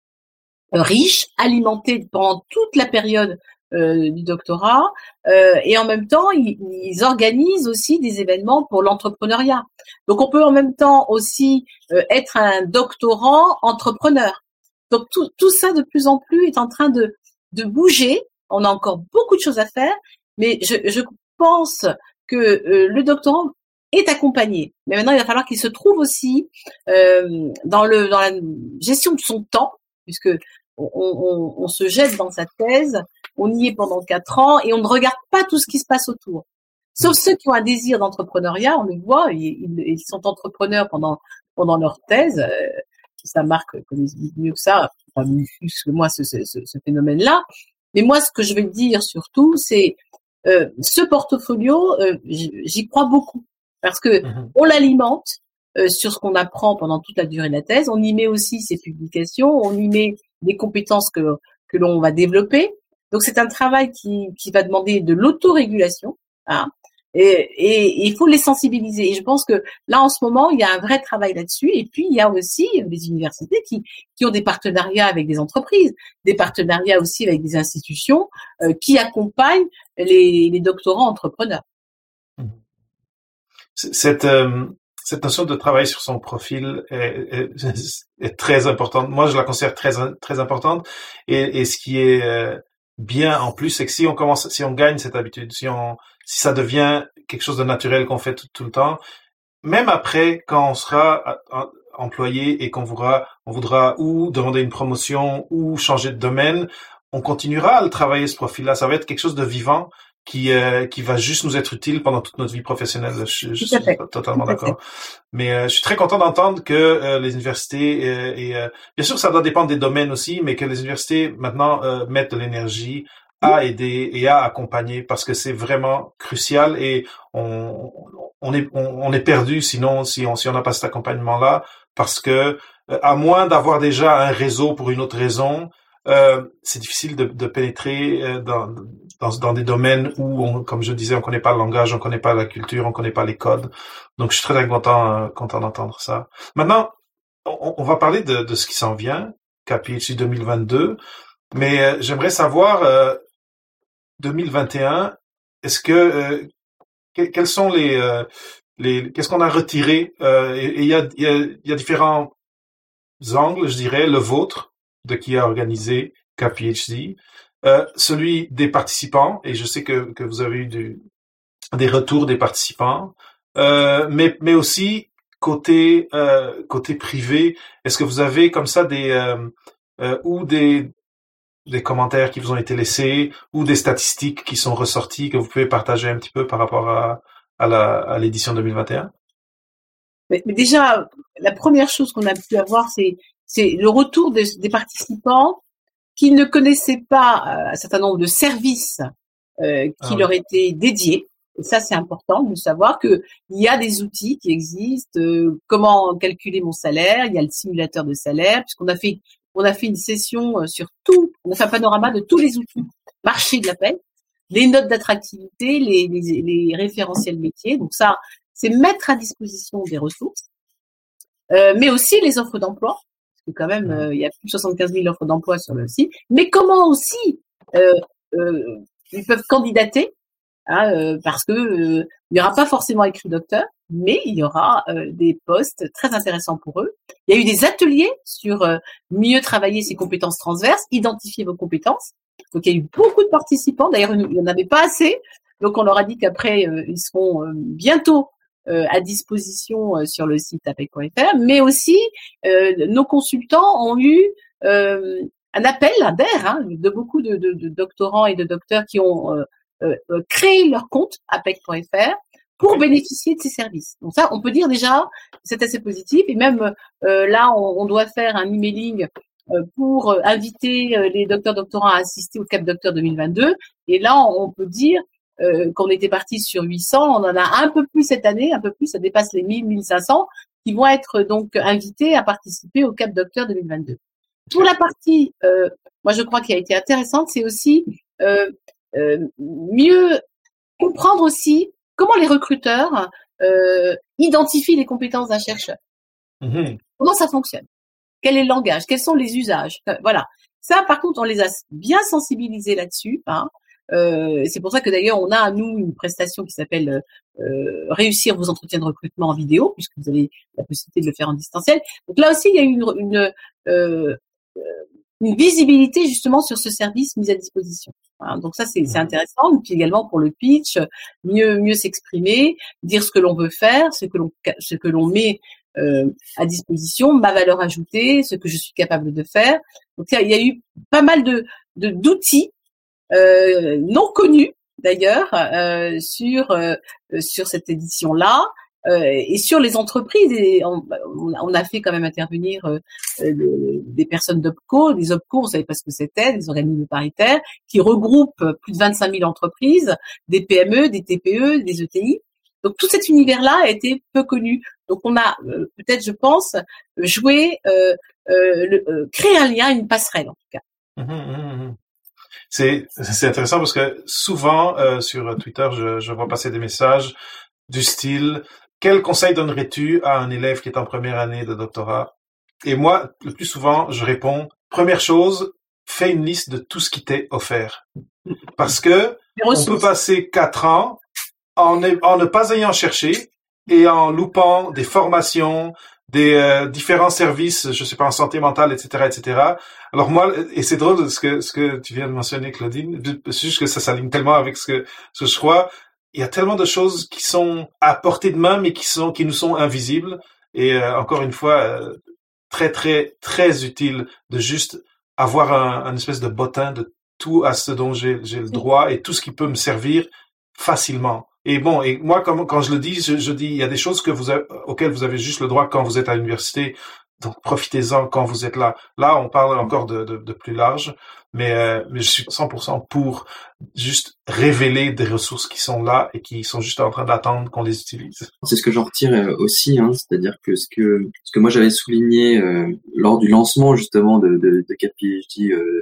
riche, alimenté pendant toute la période du doctorat, et en même temps, ils organisent aussi des événements pour l'entrepreneuriat. Donc, on peut en même temps aussi être un doctorant entrepreneur. Donc, tout ça, de plus en plus, est en train de bouger. On a encore beaucoup de choses à faire, mais je pense que le doctorant est accompagné. Mais maintenant, il va falloir qu'il se trouve aussi dans la gestion de son temps, puisque on se jette dans sa thèse, on y est pendant 4 ans et on ne regarde pas tout ce qui se passe autour. Sauf ceux qui ont un désir d'entrepreneuriat, on le voit, ils sont entrepreneurs pendant leur thèse. Ça marque connaît mieux que ça, enfin mieux que moi ce phénomène-là. Mais moi, ce que je vais dire surtout, c'est ce portfolio, j'y crois beaucoup parce que on l'alimente sur ce qu'on apprend pendant toute la durée de la thèse. On y met aussi ses publications, on y met des compétences que l'on va développer. Donc c'est un travail qui va demander de l'autorégulation, hein, et il faut les sensibiliser. Et je pense que là en ce moment il y a un vrai travail là-dessus. Et puis il y a aussi des universités qui ont des partenariats avec des entreprises, des partenariats aussi avec des institutions qui accompagnent les doctorants entrepreneurs. Cette notion de travail sur son profil est très importante. Moi, je la considère très très importante. Et ce qui est bien en plus, c'est que si on gagne cette habitude, si ça devient quelque chose de naturel qu'on fait tout le temps, même après, quand on sera employé et qu'on voudra ou demander une promotion ou changer de domaine, on continuera à le travailler, ce profil-là. Ça va être quelque chose de vivant qui va juste nous être utile pendant toute notre vie professionnelle. Je suis totalement d'accord. Mais je suis très content d'entendre que les universités et bien sûr ça doit dépendre des domaines aussi, mais que les universités maintenant mettent de l'énergie à aider et à accompagner parce que c'est vraiment crucial et on est perdu sinon si on n'a pas cet accompagnement là parce que à moins d'avoir déjà un réseau pour une autre raison, c'est difficile de pénétrer dans des domaines où, comme je disais, on connaît pas le langage, on connaît pas la culture, on connaît pas les codes. Donc, je suis très content d'entendre ça. Maintenant, on va parler de ce qui s'en vient, KPHD 2022, mais j'aimerais savoir 2021. Est-ce que quels sont qu'est-ce qu'on a retiré? Et il y a différents angles, je dirais, le vôtre, de qui a organisé KPHD, celui des participants, et je sais que vous avez eu des retours des participants, mais aussi côté privé. Est-ce que vous avez comme ça ou des commentaires qui vous ont été laissés ou des statistiques qui sont ressorties que vous pouvez partager un petit peu par rapport à l'édition 2021? Mais déjà, la première chose qu'on a pu avoir, c'est le retour des participants qui ne connaissaient pas un certain nombre de services qui leur étaient dédiés. Et ça, c'est important de savoir que il y a des outils qui existent. Comment calculer mon salaire? Il y a le simulateur de salaire, puisqu'on a fait une session sur tout. On a fait un panorama de tous les outils marché de la paie, les notes d'attractivité, les référentiels métiers. Donc ça, c'est mettre à disposition des ressources, mais aussi les offres d'emploi. Parce que quand même, il y a plus de 75 000 offres d'emploi sur le site. Mais comment aussi ils peuvent candidater, parce que il n'y aura pas forcément écrit docteur, mais il y aura des postes très intéressants pour eux. Il y a eu des ateliers sur mieux travailler ses compétences transverses, identifier vos compétences. Donc il y a eu beaucoup de participants. D'ailleurs, il n'y en avait pas assez. Donc on leur a dit qu'après ils seront bientôt à disposition sur le site apec.fr. Mais aussi nos consultants ont eu un appel d'air de beaucoup de doctorants et de docteurs qui ont créé leur compte apec.fr pour bénéficier de ces services. Donc ça, on peut dire déjà, c'est assez positif. Et même là, on doit faire un emailing pour inviter les docteurs-doctorants à assister au Cap Docteur 2022. Et là, on peut dire qu'on était parti sur 800. On en a un peu plus cette année, un peu plus, ça dépasse les 1000, 1500, qui vont être donc invités à participer au Cap Docteur 2022. Pour la partie, moi je crois qui a été intéressante, c'est aussi mieux comprendre aussi comment les recruteurs identifient les compétences d'un chercheur. Comment ça fonctionne? Quel est le langage? Quels sont les usages? Voilà. Ça, par contre, on les a bien sensibilisés là-dessus. C'est pour ça que d'ailleurs, on a à nous une prestation qui s'appelle réussir vos entretiens de recrutement en vidéo, puisque vous avez la possibilité de le faire en distanciel. Donc là aussi, il y a eu une visibilité justement sur ce service mis à disposition. Voilà, donc ça, c'est intéressant. Et puis également pour le pitch, mieux s'exprimer, dire ce que l'on veut faire, ce que l'on met à disposition, ma valeur ajoutée, ce que je suis capable de faire. Donc il y a eu pas mal d'outils non connus d'ailleurs sur cette édition-là. Et sur les entreprises, on a fait quand même intervenir des personnes d'OPCO. Des OPCO, on savait pas ce que c'était, des organismes paritaires qui regroupent plus de 25 000 entreprises, des PME, des TPE, des ETI. Donc tout cet univers-là a été peu connu. Donc on a peut-être, je pense, créé un lien, une passerelle en tout cas. C'est intéressant parce que souvent sur Twitter, je vois passer des messages du style: quel conseil donnerais-tu à un élève qui est en première année de doctorat? Et moi, le plus souvent, je réponds: première chose, fais une liste de tout ce qui t'est offert. Parce que on peut passer 4 ans en ne pas ayant cherché et en loupant des formations, des différents services, je sais pas, en santé mentale, etc., etc. Alors moi, et c'est drôle ce que tu viens de mentionner, Claudine, c'est juste que ça s'aligne tellement avec ce que je crois. Il y a tellement de choses qui sont à portée de main, mais qui nous sont invisibles. Et encore une fois, très, très, très utile de juste avoir un espèce de bottin de tout à ce dont j'ai le droit et tout ce qui peut me servir facilement. Et bon, et moi, quand je le dis, je dis, il y a des choses auxquelles vous avez juste le droit quand vous êtes à l'université. Donc, profitez-en quand vous êtes là. Là, on parle encore de plus large, mais je suis 100% pour juste révéler des ressources qui sont là et qui sont juste en train d'attendre qu'on les utilise. C'est ce que j'en retire aussi, c'est-à-dire que ce que moi j'avais souligné lors du lancement justement de KPHD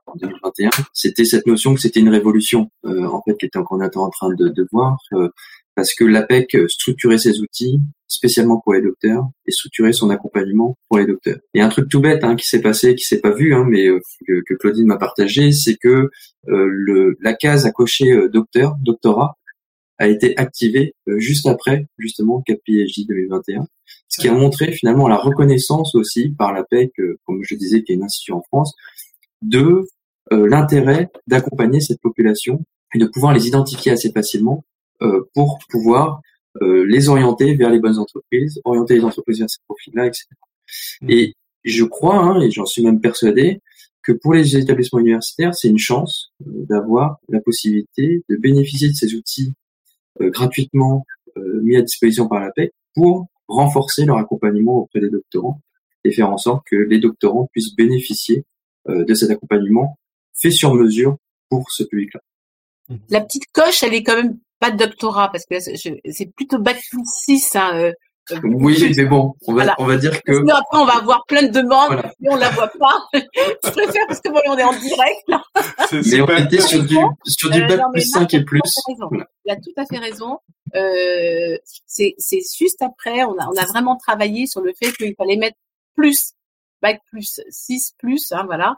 en 2021, c'était cette notion que c'était une révolution en fait qu'on était en train de voir parce que l'APEC structurait ses outils spécialement pour les docteurs et structurait son accompagnement pour les docteurs. Et un truc tout bête qui s'est passé, qui s'est pas vu, mais que Claudine m'a partagé, c'est que la case à cocher doctorat a été activée juste après justement CAP-PhD 2021, ce qui a montré finalement la reconnaissance aussi par l'APEC, comme je disais, qui est une institution en France, de l'intérêt d'accompagner cette population et de pouvoir les identifier assez facilement pour pouvoir les orienter vers les bonnes entreprises, orienter les entreprises vers ces profils-là, etc. Et je crois, et j'en suis même persuadé, que pour les établissements universitaires, c'est une chance d'avoir la possibilité de bénéficier de ces outils gratuitement mis à disposition par l'APEC pour renforcer leur accompagnement auprès des doctorants et faire en sorte que les doctorants puissent bénéficier de cet accompagnement fait sur mesure pour ce public-là. La petite coche, elle est quand même pas de doctorat parce que c'est plutôt bac plus 6. Oui, mais bon, on va dire que... Sinon, après, on va avoir plein de demandes, voilà. mais on la voit pas. Je préfère parce que bon, on est en direct, là. Mais on était sur du bac plus 5 et plus. Voilà. Il a tout à fait raison. C'est juste après, on a vraiment travaillé sur le fait qu'il fallait mettre plus, bac plus 6 plus, voilà.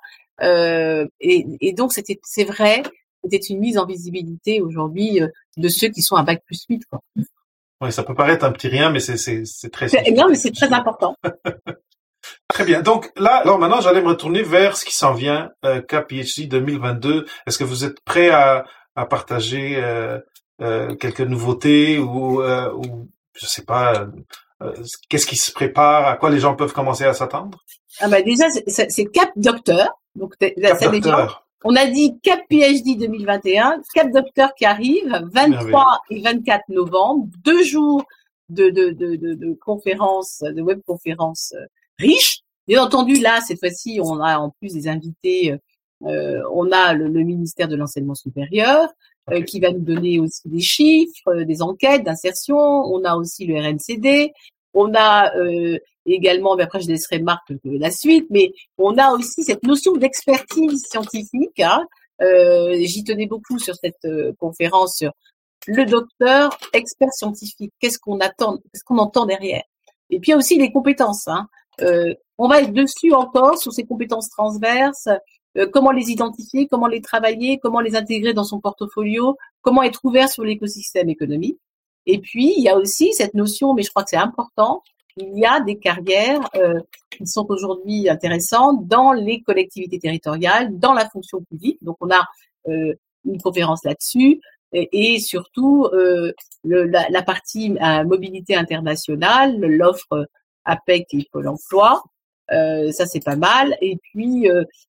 Et donc, c'est vrai, c'était une mise en visibilité aujourd'hui de ceux qui sont à bac plus 8, quoi. Oui, ça peut paraître un petit rien, mais c'est très non, mais c'est très important. Très bien. Donc là, alors maintenant, j'allais me retourner vers ce qui s'en vient, CAP-PhD 2022. Est-ce que vous êtes prêt à partager quelques nouveautés ou je sais pas, qu'est-ce qui se prépare, à quoi les gens peuvent commencer à s'attendre? Déjà, c'est Cap Docteur. Donc Cap ça Ah. déjà. On a dit Cap PhD 2021, Cap Docteur qui arrive 23 et 24 novembre, 2 jours de conférences, de webconférences riches. Bien entendu, là, cette fois-ci, on a en plus des invités, on a le ministère de l'Enseignement supérieur, qui va nous donner aussi des chiffres, des enquêtes d'insertion. On a aussi le RNCD. On a également, mais après je laisserai Marc la suite, mais on a aussi cette notion d'expertise scientifique. J'y tenais beaucoup sur cette conférence sur le docteur expert scientifique. Qu'est-ce qu'on entend derrière? Et puis il y a aussi les compétences. On va être dessus encore sur ces compétences transverses. Comment les identifier, comment les travailler, comment les intégrer dans son portfolio, comment être ouvert sur l'écosystème économique. Et puis, il y a aussi cette notion, mais je crois que c'est important, il y a des carrières qui sont aujourd'hui intéressantes dans les collectivités territoriales, dans la fonction publique. Donc, on a une conférence là-dessus et surtout la partie mobilité internationale, l'offre APEC et Pôle emploi. Ça c'est pas mal. Et puis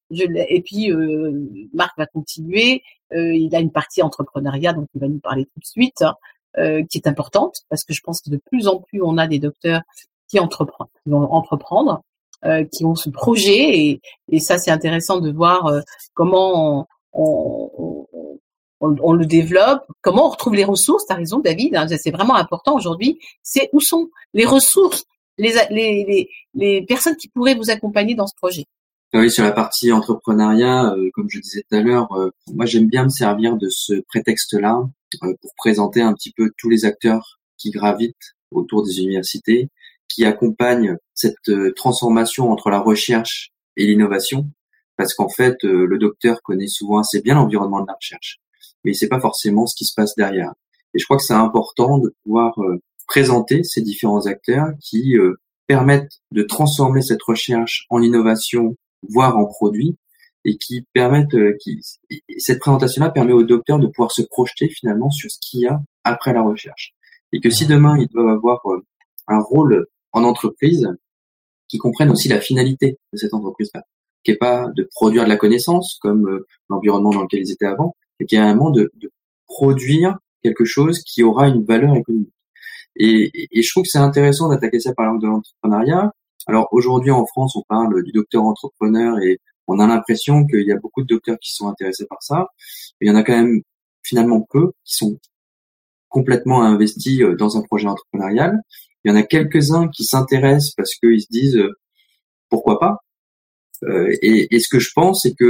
Marc va continuer. Il a une partie entrepreneuriat, donc il va nous parler tout de suite, qui est importante parce que je pense que de plus en plus on a des docteurs qui vont entreprendre, qui ont ce projet et ça c'est intéressant de voir comment on le développe, comment on retrouve les ressources. T'as raison, David. C'est vraiment important aujourd'hui. C'est où sont les ressources, les personnes qui pourraient vous accompagner dans ce projet. Oui, sur la partie entrepreneuriat, comme je disais tout à l'heure, moi j'aime bien me servir de ce prétexte-là pour présenter un petit peu tous les acteurs qui gravitent autour des universités, qui accompagnent cette transformation entre la recherche et l'innovation, parce qu'en fait, le docteur connaît souvent assez bien l'environnement de la recherche, mais il sait pas forcément ce qui se passe derrière. Et je crois que c'est important de pouvoir présenter ces différents acteurs qui permettent de transformer cette recherche en innovation, voire en produit, et qui permettent, cette présentation-là permet aux docteurs de pouvoir se projeter finalement sur ce qu'il y a après la recherche. Et que si demain ils doivent avoir un rôle en entreprise, qu'ils comprennent aussi la finalité de cette entreprise-là, qui est pas de produire de la connaissance comme l'environnement dans lequel ils étaient avant, mais qui est vraiment de produire quelque chose qui aura une valeur économique. Et je trouve que c'est intéressant d'attaquer ça par l'angle de l'entrepreneuriat. Alors aujourd'hui en France, on parle du docteur entrepreneur et on a l'impression qu'il y a beaucoup de docteurs qui sont intéressés par ça. Mais il y en a quand même finalement peu qui sont complètement investis dans un projet entrepreneurial. Il y en a quelques-uns qui s'intéressent parce qu'ils se disent pourquoi pas. Et ce que je pense, c'est que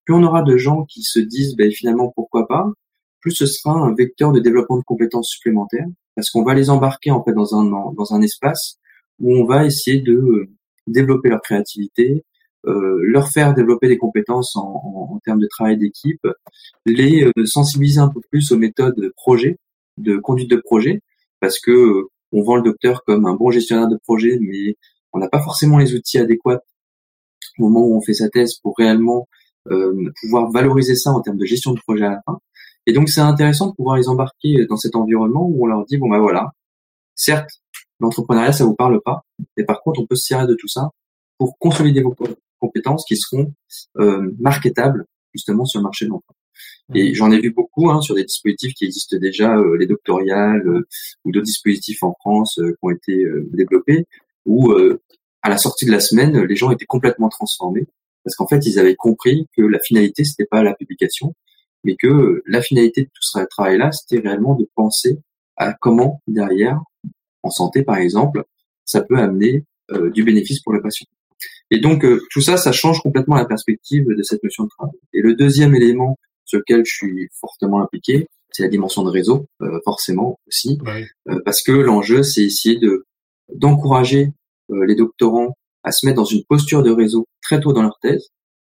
plus on aura de gens qui se disent finalement pourquoi pas, plus ce sera un vecteur de développement de compétences supplémentaires, parce qu'on va les embarquer en fait dans un espace où on va essayer de développer leur créativité, leur faire développer des compétences en termes de travail d'équipe, les sensibiliser un peu plus aux méthodes projet, de conduite de projet, parce que on vend le docteur comme un bon gestionnaire de projet, mais on n'a pas forcément les outils adéquats au moment où on fait sa thèse pour réellement pouvoir valoriser ça en termes de gestion de projet à la fin. Et donc c'est intéressant de pouvoir les embarquer dans cet environnement où on leur dit voilà, certes l'entrepreneuriat ça vous parle pas, mais par contre on peut se servir de tout ça pour consolider vos compétences qui seront marketables justement sur le marché de l'emploi. Et j'en ai vu beaucoup sur des dispositifs qui existent déjà, les doctoriales ou d'autres dispositifs en France qui ont été développés, où à la sortie de la semaine, les gens étaient complètement transformés parce qu'en fait, ils avaient compris que la finalité, c'était pas la publication, mais que la finalité de tout ce travail-là, c'était réellement de penser à comment derrière, en santé par exemple, ça peut amener du bénéfice pour le patient. Et donc tout ça, ça change complètement la perspective de cette notion de travail. Et le deuxième élément sur lequel je suis fortement impliqué, c'est la dimension de réseau, forcément aussi, parce que l'enjeu, c'est essayer d'encourager les doctorants à se mettre dans une posture de réseau très tôt dans leur thèse,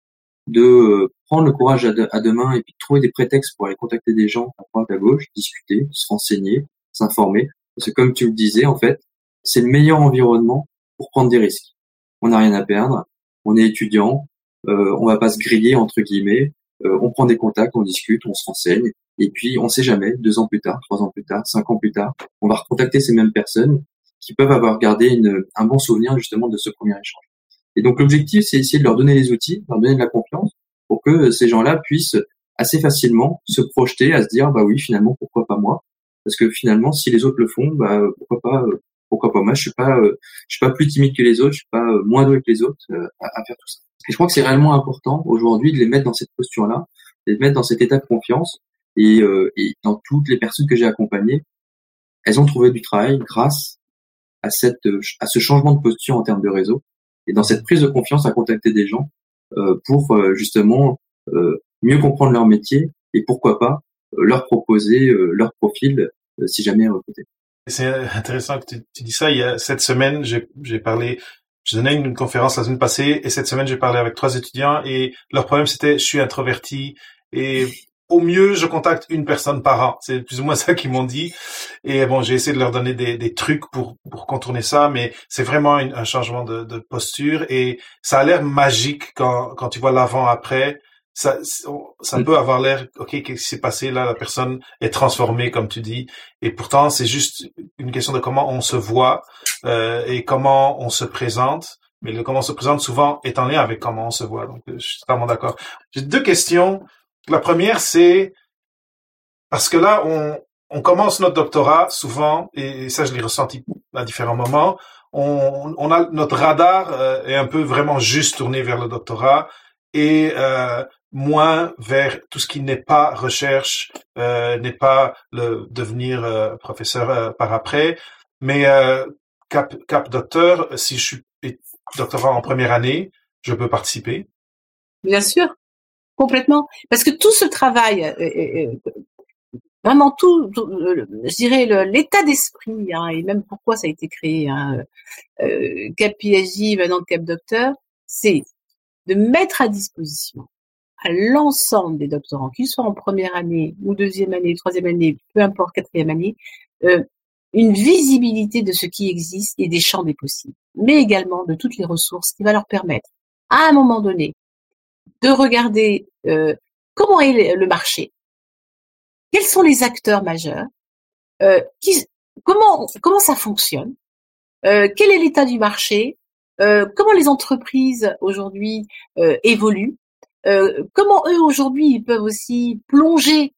de prendre le courage à deux mains et puis de trouver des prétextes pour aller contacter des gens à droite, à gauche, discuter, se renseigner, s'informer. Parce que comme tu le disais, en fait, c'est le meilleur environnement pour prendre des risques. On n'a rien à perdre, on est étudiant, on va pas se griller entre guillemets, on prend des contacts, on discute, on se renseigne, et puis on sait jamais, 2 ans plus tard, 3 ans plus tard, 5 ans plus tard, on va recontacter ces mêmes personnes qui peuvent avoir gardé un bon souvenir justement de ce premier échange. Et donc l'objectif, c'est essayer de leur donner les outils, leur donner de la confiance, pour que ces gens-là puissent assez facilement se projeter à se dire oui, finalement, pourquoi pas moi? Parce que finalement, si les autres le font, pourquoi pas moi? Je suis pas plus timide que les autres, je suis pas moins doué que les autres à faire tout ça. Et je crois que c'est réellement important aujourd'hui de les mettre dans cette posture-là, de les mettre dans cet état de confiance. Et dans toutes les personnes que j'ai accompagnées, elles ont trouvé du travail grâce à ce changement de posture en termes de réseau et dans cette prise de confiance à contacter des gens pour justement mieux comprendre leur métier et pourquoi pas leur proposer leur profil si jamais recruté. C'est intéressant que tu dis ça. Il y a cette semaine, j'ai donné une conférence la semaine passée et cette semaine j'ai parlé avec 3 étudiants et leur problème c'était je suis introverti et au mieux je contacte une personne par an. C'est plus ou moins ça qu'ils m'ont dit. Et bon, j'ai essayé de leur donner des trucs pour contourner ça, mais c'est vraiment un changement de posture et ça a l'air magique quand tu vois l'avant-après. Ça peut avoir l'air, ok, qu'est-ce qui s'est passé là? La personne est transformée, comme tu dis, et pourtant c'est juste une question de comment on se voit et comment on se présente. Mais le comment on se présente souvent est en lien avec comment on se voit. Donc, je suis totalement d'accord. J'ai 2 questions. La première, c'est parce que là, on commence notre doctorat souvent, et ça, je l'ai ressenti à différents moments. On a notre radar est un peu vraiment juste tourné vers le doctorat et moins vers tout ce qui n'est pas recherche, n'est pas le devenir professeur par après. Mais cap docteur, si je suis doctorat en première année, je peux participer. Bien sûr, complètement. Parce que tout ce travail, vraiment tout, je dirais l'état d'esprit, et même pourquoi ça a été créé, Cap PhD, maintenant Cap Docteur, c'est de mettre à disposition à l'ensemble des doctorants, qu'ils soient en première année ou deuxième année, troisième année, peu importe, quatrième année, une visibilité de ce qui existe et des champs des possibles, mais également de toutes les ressources qui va leur permettre, à un moment donné, de regarder comment est le marché, quels sont les acteurs majeurs, comment ça fonctionne, quel est l'état du marché, comment les entreprises aujourd'hui évoluent, comment eux aujourd'hui ils peuvent aussi plonger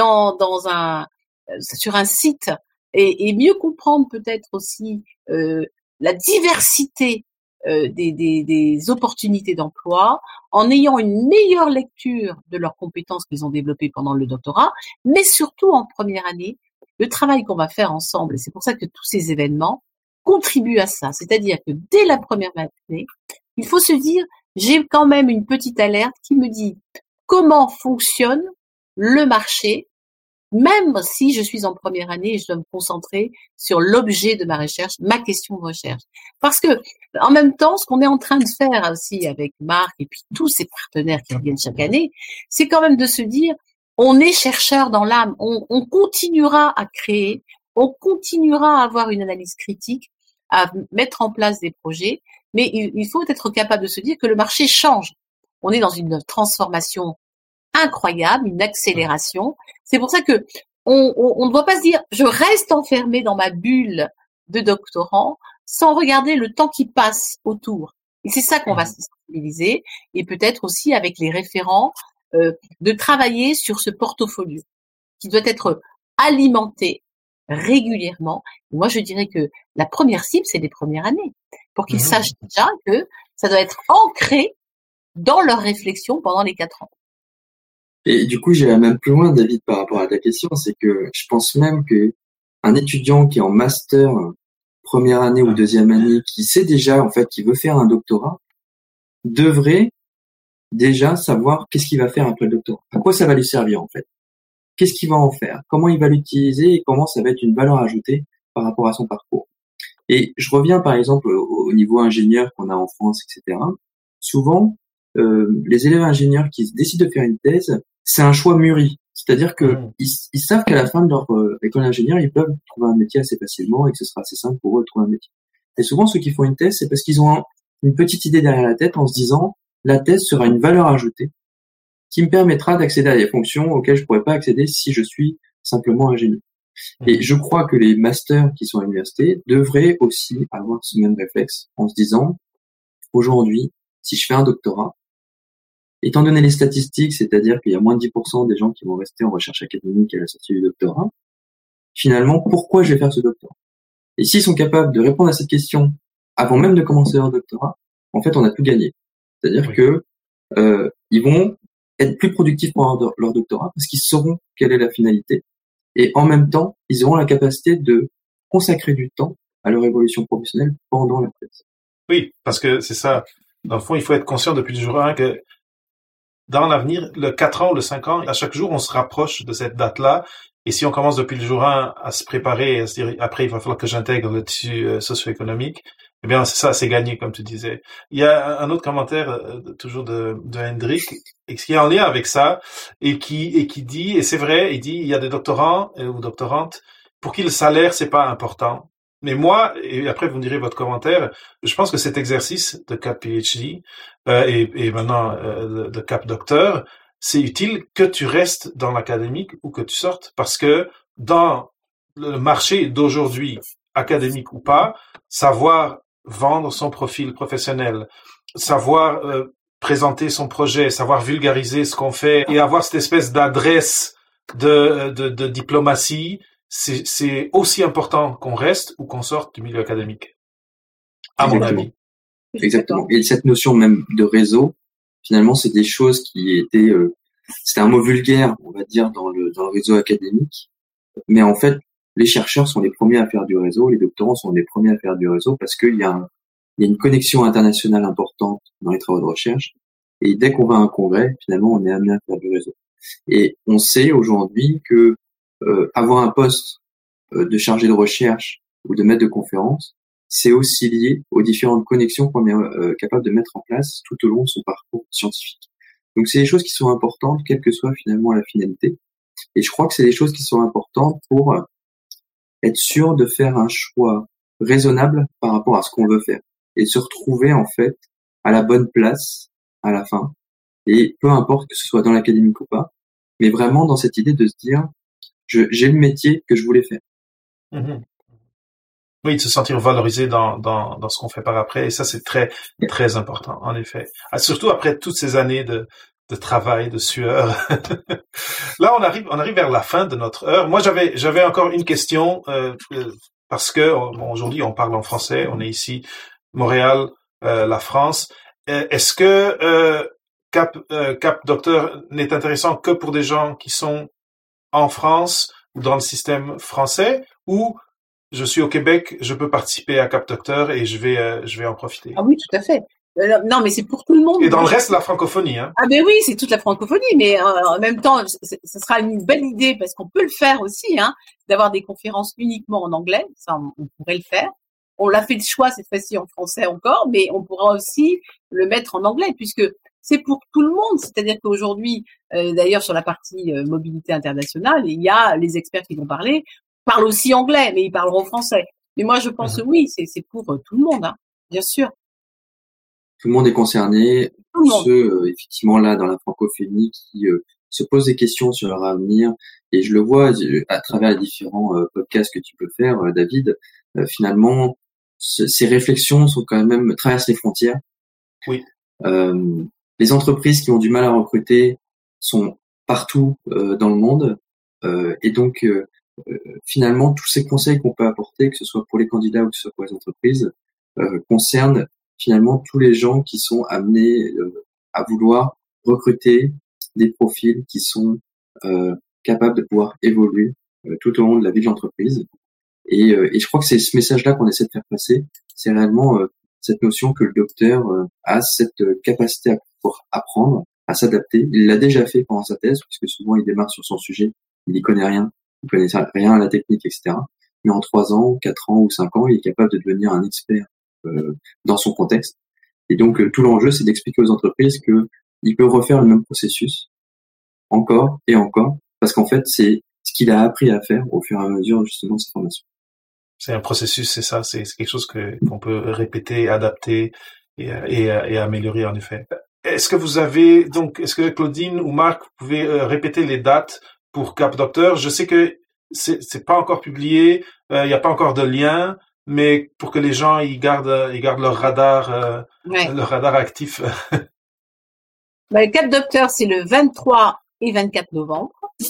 sur un site et mieux comprendre peut-être aussi la diversité des opportunités d'emploi en ayant une meilleure lecture de leurs compétences qu'ils ont développées pendant le doctorat, mais surtout en première année, le travail qu'on va faire ensemble, et c'est pour ça que tous ces événements contribuent à ça, c'est-à-dire que dès la première année, il faut se dire, j'ai quand même une petite alerte qui me dit, comment fonctionne le marché, même si je suis en première année et je dois me concentrer sur l'objet de ma recherche, ma question de recherche. Parce que, en même temps, ce qu'on est en train de faire aussi avec Marc et puis tous ces partenaires qui reviennent chaque année, c'est quand même de se dire, on est chercheur dans l'âme, on continuera à créer, on continuera à avoir une analyse critique, à mettre en place des projets, mais il faut être capable de se dire que le marché change. On est dans une transformation incroyable, une accélération. C'est pour ça que on ne doit pas se dire je reste enfermé dans ma bulle de doctorant sans regarder le temps qui passe autour. Et c'est ça qu'on va sensibiliser et peut-être aussi avec les référents de travailler sur ce portfolio qui doit être alimenté régulièrement. Et moi, je dirais que la première cible, c'est les premières années pour qu'ils sachent déjà que ça doit être ancré dans leur réflexion pendant les 4 ans. Et du coup, j'irais même plus loin, David, par rapport à ta question, c'est que je pense même que un étudiant qui est en master première année ou deuxième année, qui sait déjà en fait qu'il veut faire un doctorat, devrait déjà savoir qu'est-ce qu'il va faire après le doctorat, à quoi ça va lui servir en fait, qu'est-ce qu'il va en faire, comment il va l'utiliser et comment ça va être une valeur ajoutée par rapport à son parcours. Et je reviens par exemple au niveau ingénieur qu'on a en France, etc. Souvent, les élèves ingénieurs qui décident de faire une thèse, c'est un choix mûri. C'est-à-dire que ils savent qu'à la fin de leur école d'ingénieur, ils peuvent trouver un métier assez facilement et que ce sera assez simple pour eux de trouver un métier. Et souvent, ceux qui font une thèse, c'est parce qu'ils ont une petite idée derrière la tête en se disant la thèse sera une valeur ajoutée qui me permettra d'accéder à des fonctions auxquelles je pourrais pas accéder si je suis simplement ingénieur. Et je crois que les masters qui sont à l'université devraient aussi avoir ce même réflexe en se disant aujourd'hui, si je fais un doctorat, étant donné les statistiques, c'est-à-dire qu'il y a moins de 10% des gens qui vont rester en recherche académique à la sortie du doctorat, finalement, pourquoi je vais faire ce doctorat? Et s'ils sont capables de répondre à cette question avant même de commencer leur doctorat, en fait, on a tout gagné. C'est-à-dire que ils vont être plus productifs pendant leur doctorat parce qu'ils sauront quelle est la finalité. Et en même temps, ils auront la capacité de consacrer du temps à leur évolution professionnelle pendant la thèse. Oui, parce que c'est ça. Dans le fond, il faut être conscient depuis le jour 1 que dans l'avenir, le 4 ans ou le 5 ans, à chaque jour, on se rapproche de cette date-là. Et si on commence depuis le jour 1 à se préparer, à se dire, après, il va falloir que j'intègre le tissu socio-économique, eh bien, c'est ça, c'est gagné, comme tu disais. Il y a un autre commentaire, toujours de Hendrik, qui est en lien avec ça, et qui dit, et c'est vrai, il dit, il y a des doctorants ou doctorantes pour qui le salaire, c'est pas important. Mais moi, et après vous me direz votre commentaire, je pense que cet exercice de Cap PhD et maintenant de Cap Docteur, c'est utile que tu restes dans l'académique ou que tu sortes, parce que dans le marché d'aujourd'hui, académique ou pas, savoir vendre son profil professionnel, savoir présenter son projet, savoir vulgariser ce qu'on fait et avoir cette espèce d'adresse de diplomatie, c'est aussi important qu'on reste ou qu'on sorte du milieu académique, à mon avis. Exactement. Et cette notion même de réseau, finalement, c'est des choses qui étaient, c'était un mot vulgaire, on va dire, dans le réseau académique. Mais en fait, les chercheurs sont les premiers à faire du réseau, les doctorants sont les premiers à faire du réseau parce qu'il y a une connexion internationale importante dans les travaux de recherche. Et dès qu'on va à un congrès, finalement, on est amené à faire du réseau. Et on sait aujourd'hui que avoir un poste de chargé de recherche ou de maître de conférence, c'est aussi lié aux différentes connexions qu'on est capable de mettre en place tout au long de son parcours scientifique. Donc c'est des choses qui sont importantes, quelle que soit finalement la finalité. Et je crois que c'est des choses qui sont importantes pour être sûr de faire un choix raisonnable par rapport à ce qu'on veut faire et de se retrouver en fait à la bonne place à la fin. Et peu importe que ce soit dans l'académique ou pas, mais vraiment dans cette idée de se dire j'ai le métier que je voulais faire. Mm-hmm. Oui, de se sentir valorisé dans ce qu'on fait par après. Et ça, c'est très, très important, en effet. Surtout après toutes ces années de travail, de sueur. Là, on arrive vers la fin de notre heure. Moi, j'avais encore une question, parce que, bon, aujourd'hui, on parle en français. On est ici, Montréal, la France. Est-ce que, Cap Docteur n'est intéressant que pour des gens qui sont en France ou dans le système français, ou je suis au Québec, je peux participer à Cap Docteur et je vais en profiter? Ah oui, tout à fait. Non, mais c'est pour tout le monde. Et dans le reste de la francophonie, hein. Ah ben oui, c'est toute la francophonie, mais en même temps, ce sera une belle idée parce qu'on peut le faire aussi, hein, d'avoir des conférences uniquement en anglais. Ça, on pourrait le faire. On l'a fait le choix cette fois-ci en français encore, mais on pourra aussi le mettre en anglais puisque c'est pour tout le monde. C'est-à-dire qu'aujourd'hui, d'ailleurs sur la partie mobilité internationale, il y a les experts qui vont parlent aussi anglais, mais ils parleront français. Mais moi, je pense que oui, c'est pour tout le monde, hein, bien sûr. Tout le monde est concerné. Ceux, effectivement, là, dans la francophonie, qui se posent des questions sur leur avenir. Et je le vois à travers les différents podcasts que tu peux faire, David. Finalement, ces réflexions sont quand même traversent les frontières. Oui. Les entreprises qui ont du mal à recruter sont partout dans le monde. Et donc, finalement, tous ces conseils qu'on peut apporter, que ce soit pour les candidats ou que ce soit pour les entreprises, concernent finalement tous les gens qui sont amenés à vouloir recruter des profils qui sont capables de pouvoir évoluer tout au long de la vie de l'entreprise. Et je crois que c'est ce message-là qu'on essaie de faire passer. C'est réellement cette notion que le docteur a cette capacité à pouvoir apprendre, à s'adapter. Il l'a déjà fait pendant sa thèse, puisque souvent il démarre sur son sujet, il n'y connaît rien, il connaît rien à la technique, etc. Mais en 3 ans, 4 ans ou 5 ans, il est capable de devenir un expert dans son contexte. Et donc tout l'enjeu, c'est d'expliquer aux entreprises que il peut refaire le même processus encore et encore, parce qu'en fait, c'est ce qu'il a appris à faire au fur et à mesure justement de sa formation. C'est un processus, c'est ça, c'est quelque chose qu'on peut répéter, adapter et améliorer en effet. Est-ce que Claudine ou Marc, vous pouvez répéter les dates pour Cap Docteur? Je sais que c'est pas encore publié, il n'y a pas encore de lien, mais pour que les gens ils gardent leur radar actif. Cap Docteur, c'est le 23 et 24 novembre.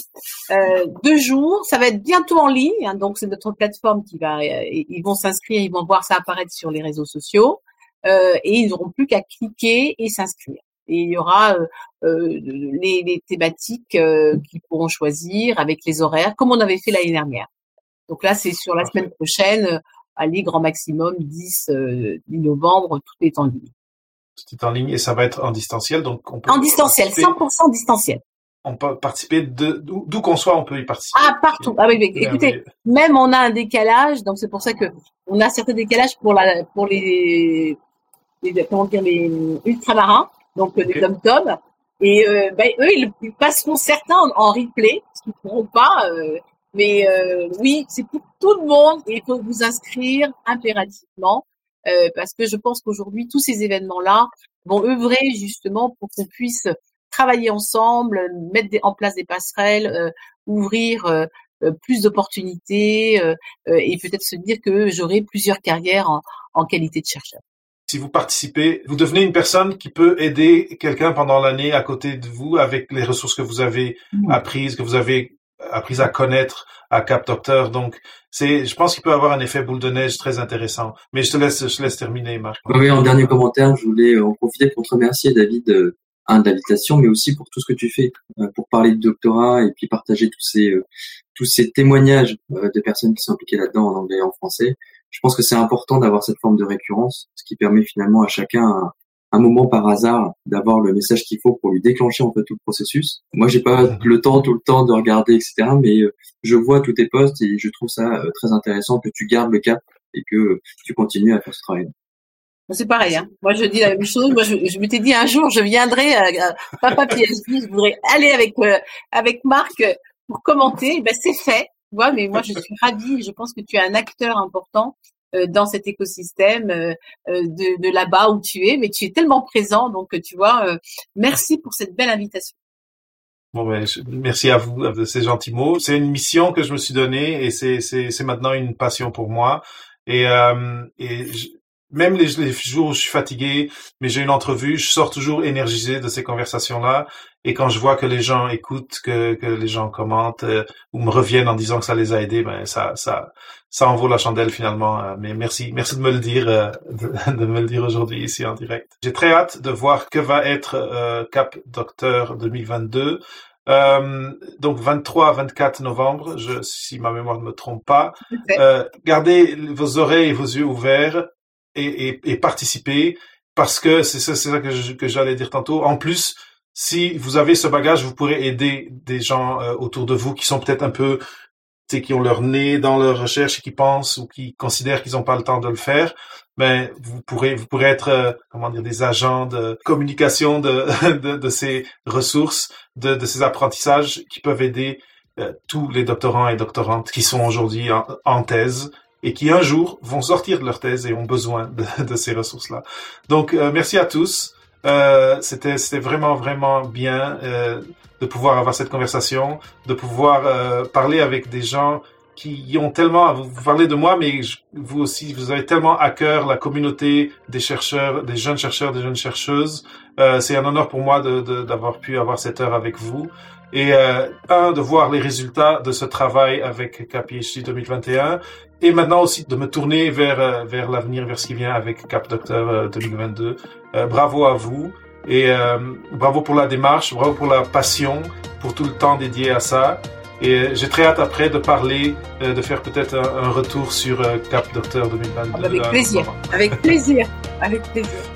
2 jours, ça va être bientôt en ligne, hein, donc c'est notre plateforme ils vont s'inscrire, ils vont voir ça apparaître sur les réseaux sociaux, et ils n'auront plus qu'à cliquer et s'inscrire. Et il y aura les thématiques qu'ils pourront choisir avec les horaires, comme on avait fait l'année dernière. Donc là, c'est sur la semaine prochaine, allez, grand maximum 10 novembre, tout est en ligne. Tout est en ligne et ça va être en distanciel, donc on peut en distanciel, 100% distanciel. On peut participer d'où qu'on soit, on peut y participer. Ah, partout. Ah oui, écoutez, même on a un décalage, donc c'est pour ça que on a certains décalages pour les ultramarins, donc les dom-tom. Et eux, ils passeront certains en replay, ce qu'ils ne pourront pas. Mais oui, c'est pour tout le monde et il faut vous inscrire impérativement parce que je pense qu'aujourd'hui, tous ces événements-là vont œuvrer justement pour qu'on puisse travailler ensemble, mettre en place des passerelles, ouvrir plus d'opportunités et peut-être se dire que j'aurai plusieurs carrières en qualité de chercheur. Si vous participez, vous devenez une personne qui peut aider quelqu'un pendant l'année à côté de vous avec les ressources que vous avez apprises, que vous avez apprises à connaître à Cap Docteur. Donc, je pense qu'il peut avoir un effet boule de neige très intéressant. Mais je te laisse terminer, Marc. Oui, en dernier commentaire, je voulais en profiter pour te remercier, David, de l'invitation, mais aussi pour tout ce que tu fais pour parler de doctorat et puis partager tous ces témoignages de personnes qui sont impliquées là-dedans en anglais et en français. Je pense que c'est important d'avoir cette forme de récurrence, ce qui permet finalement à chacun un moment par hasard d'avoir le message qu'il faut pour lui déclencher en fait tout le processus. Moi, j'ai pas tout le temps de regarder, etc. Mais je vois tous tes posts et je trouve ça très intéressant que tu gardes le cap et que tu continues à faire ce travail. C'est pareil, hein. Moi, je dis la même chose. Moi, je m'étais dit un jour, je viendrai Papa PhD, je voudrais aller avec Marc pour commenter. Ben, c'est fait, tu vois. Mais moi, je suis ravie. Je pense que tu es un acteur important dans cet écosystème de là-bas où tu es. Mais tu es tellement présent, donc tu vois. Merci pour cette belle invitation. Bon, merci à vous de ces gentils mots. C'est une mission que je me suis donnée et c'est maintenant une passion pour moi. Même les jours où je suis fatigué, mais j'ai une entrevue, je sors toujours énergisé de ces conversations-là. Et quand je vois que les gens écoutent, que les gens commentent ou me reviennent en disant que ça les a aidés, ben ça en vaut la chandelle finalement. Mais merci de me le dire, de me le dire aujourd'hui ici en direct. J'ai très hâte de voir que va être Cap Docteur 2022. Donc 23-24 novembre, si ma mémoire ne me trompe pas. Gardez vos oreilles et vos yeux ouverts. Et participer parce que c'est ça que j'allais dire tantôt. En plus, si vous avez ce bagage, vous pourrez aider des gens autour de vous qui sont peut-être un peu, qui ont leur nez dans leur recherche et qui pensent ou qui considèrent qu'ils n'ont pas le temps de le faire. Mais vous pourrez être, des agents de communication de ces ressources, de ces apprentissages qui peuvent aider tous les doctorants et doctorantes qui sont aujourd'hui en thèse et qui un jour vont sortir de leur thèse et ont besoin de ces ressources-là. Donc, merci à tous. C'était vraiment, vraiment bien de pouvoir avoir cette conversation, de pouvoir parler avec des gens qui ont tellement, vous parlez de moi, mais vous aussi, vous avez tellement à cœur la communauté des chercheurs, des jeunes chercheurs, des jeunes chercheuses. C'est un honneur pour moi d'avoir pu avoir cette heure avec vous. Et de voir les résultats de ce travail avec CAP-PhD 2021 et maintenant aussi de me tourner vers l'avenir, vers ce qui vient avec Cap Docteur 2022. Bravo à vous et bravo pour la démarche, bravo pour la passion, pour tout le temps dédié à ça. Et j'ai très hâte après de parler, de faire peut-être un retour sur Cap Docteur 2022. Avec plaisir, avec plaisir, avec plaisir.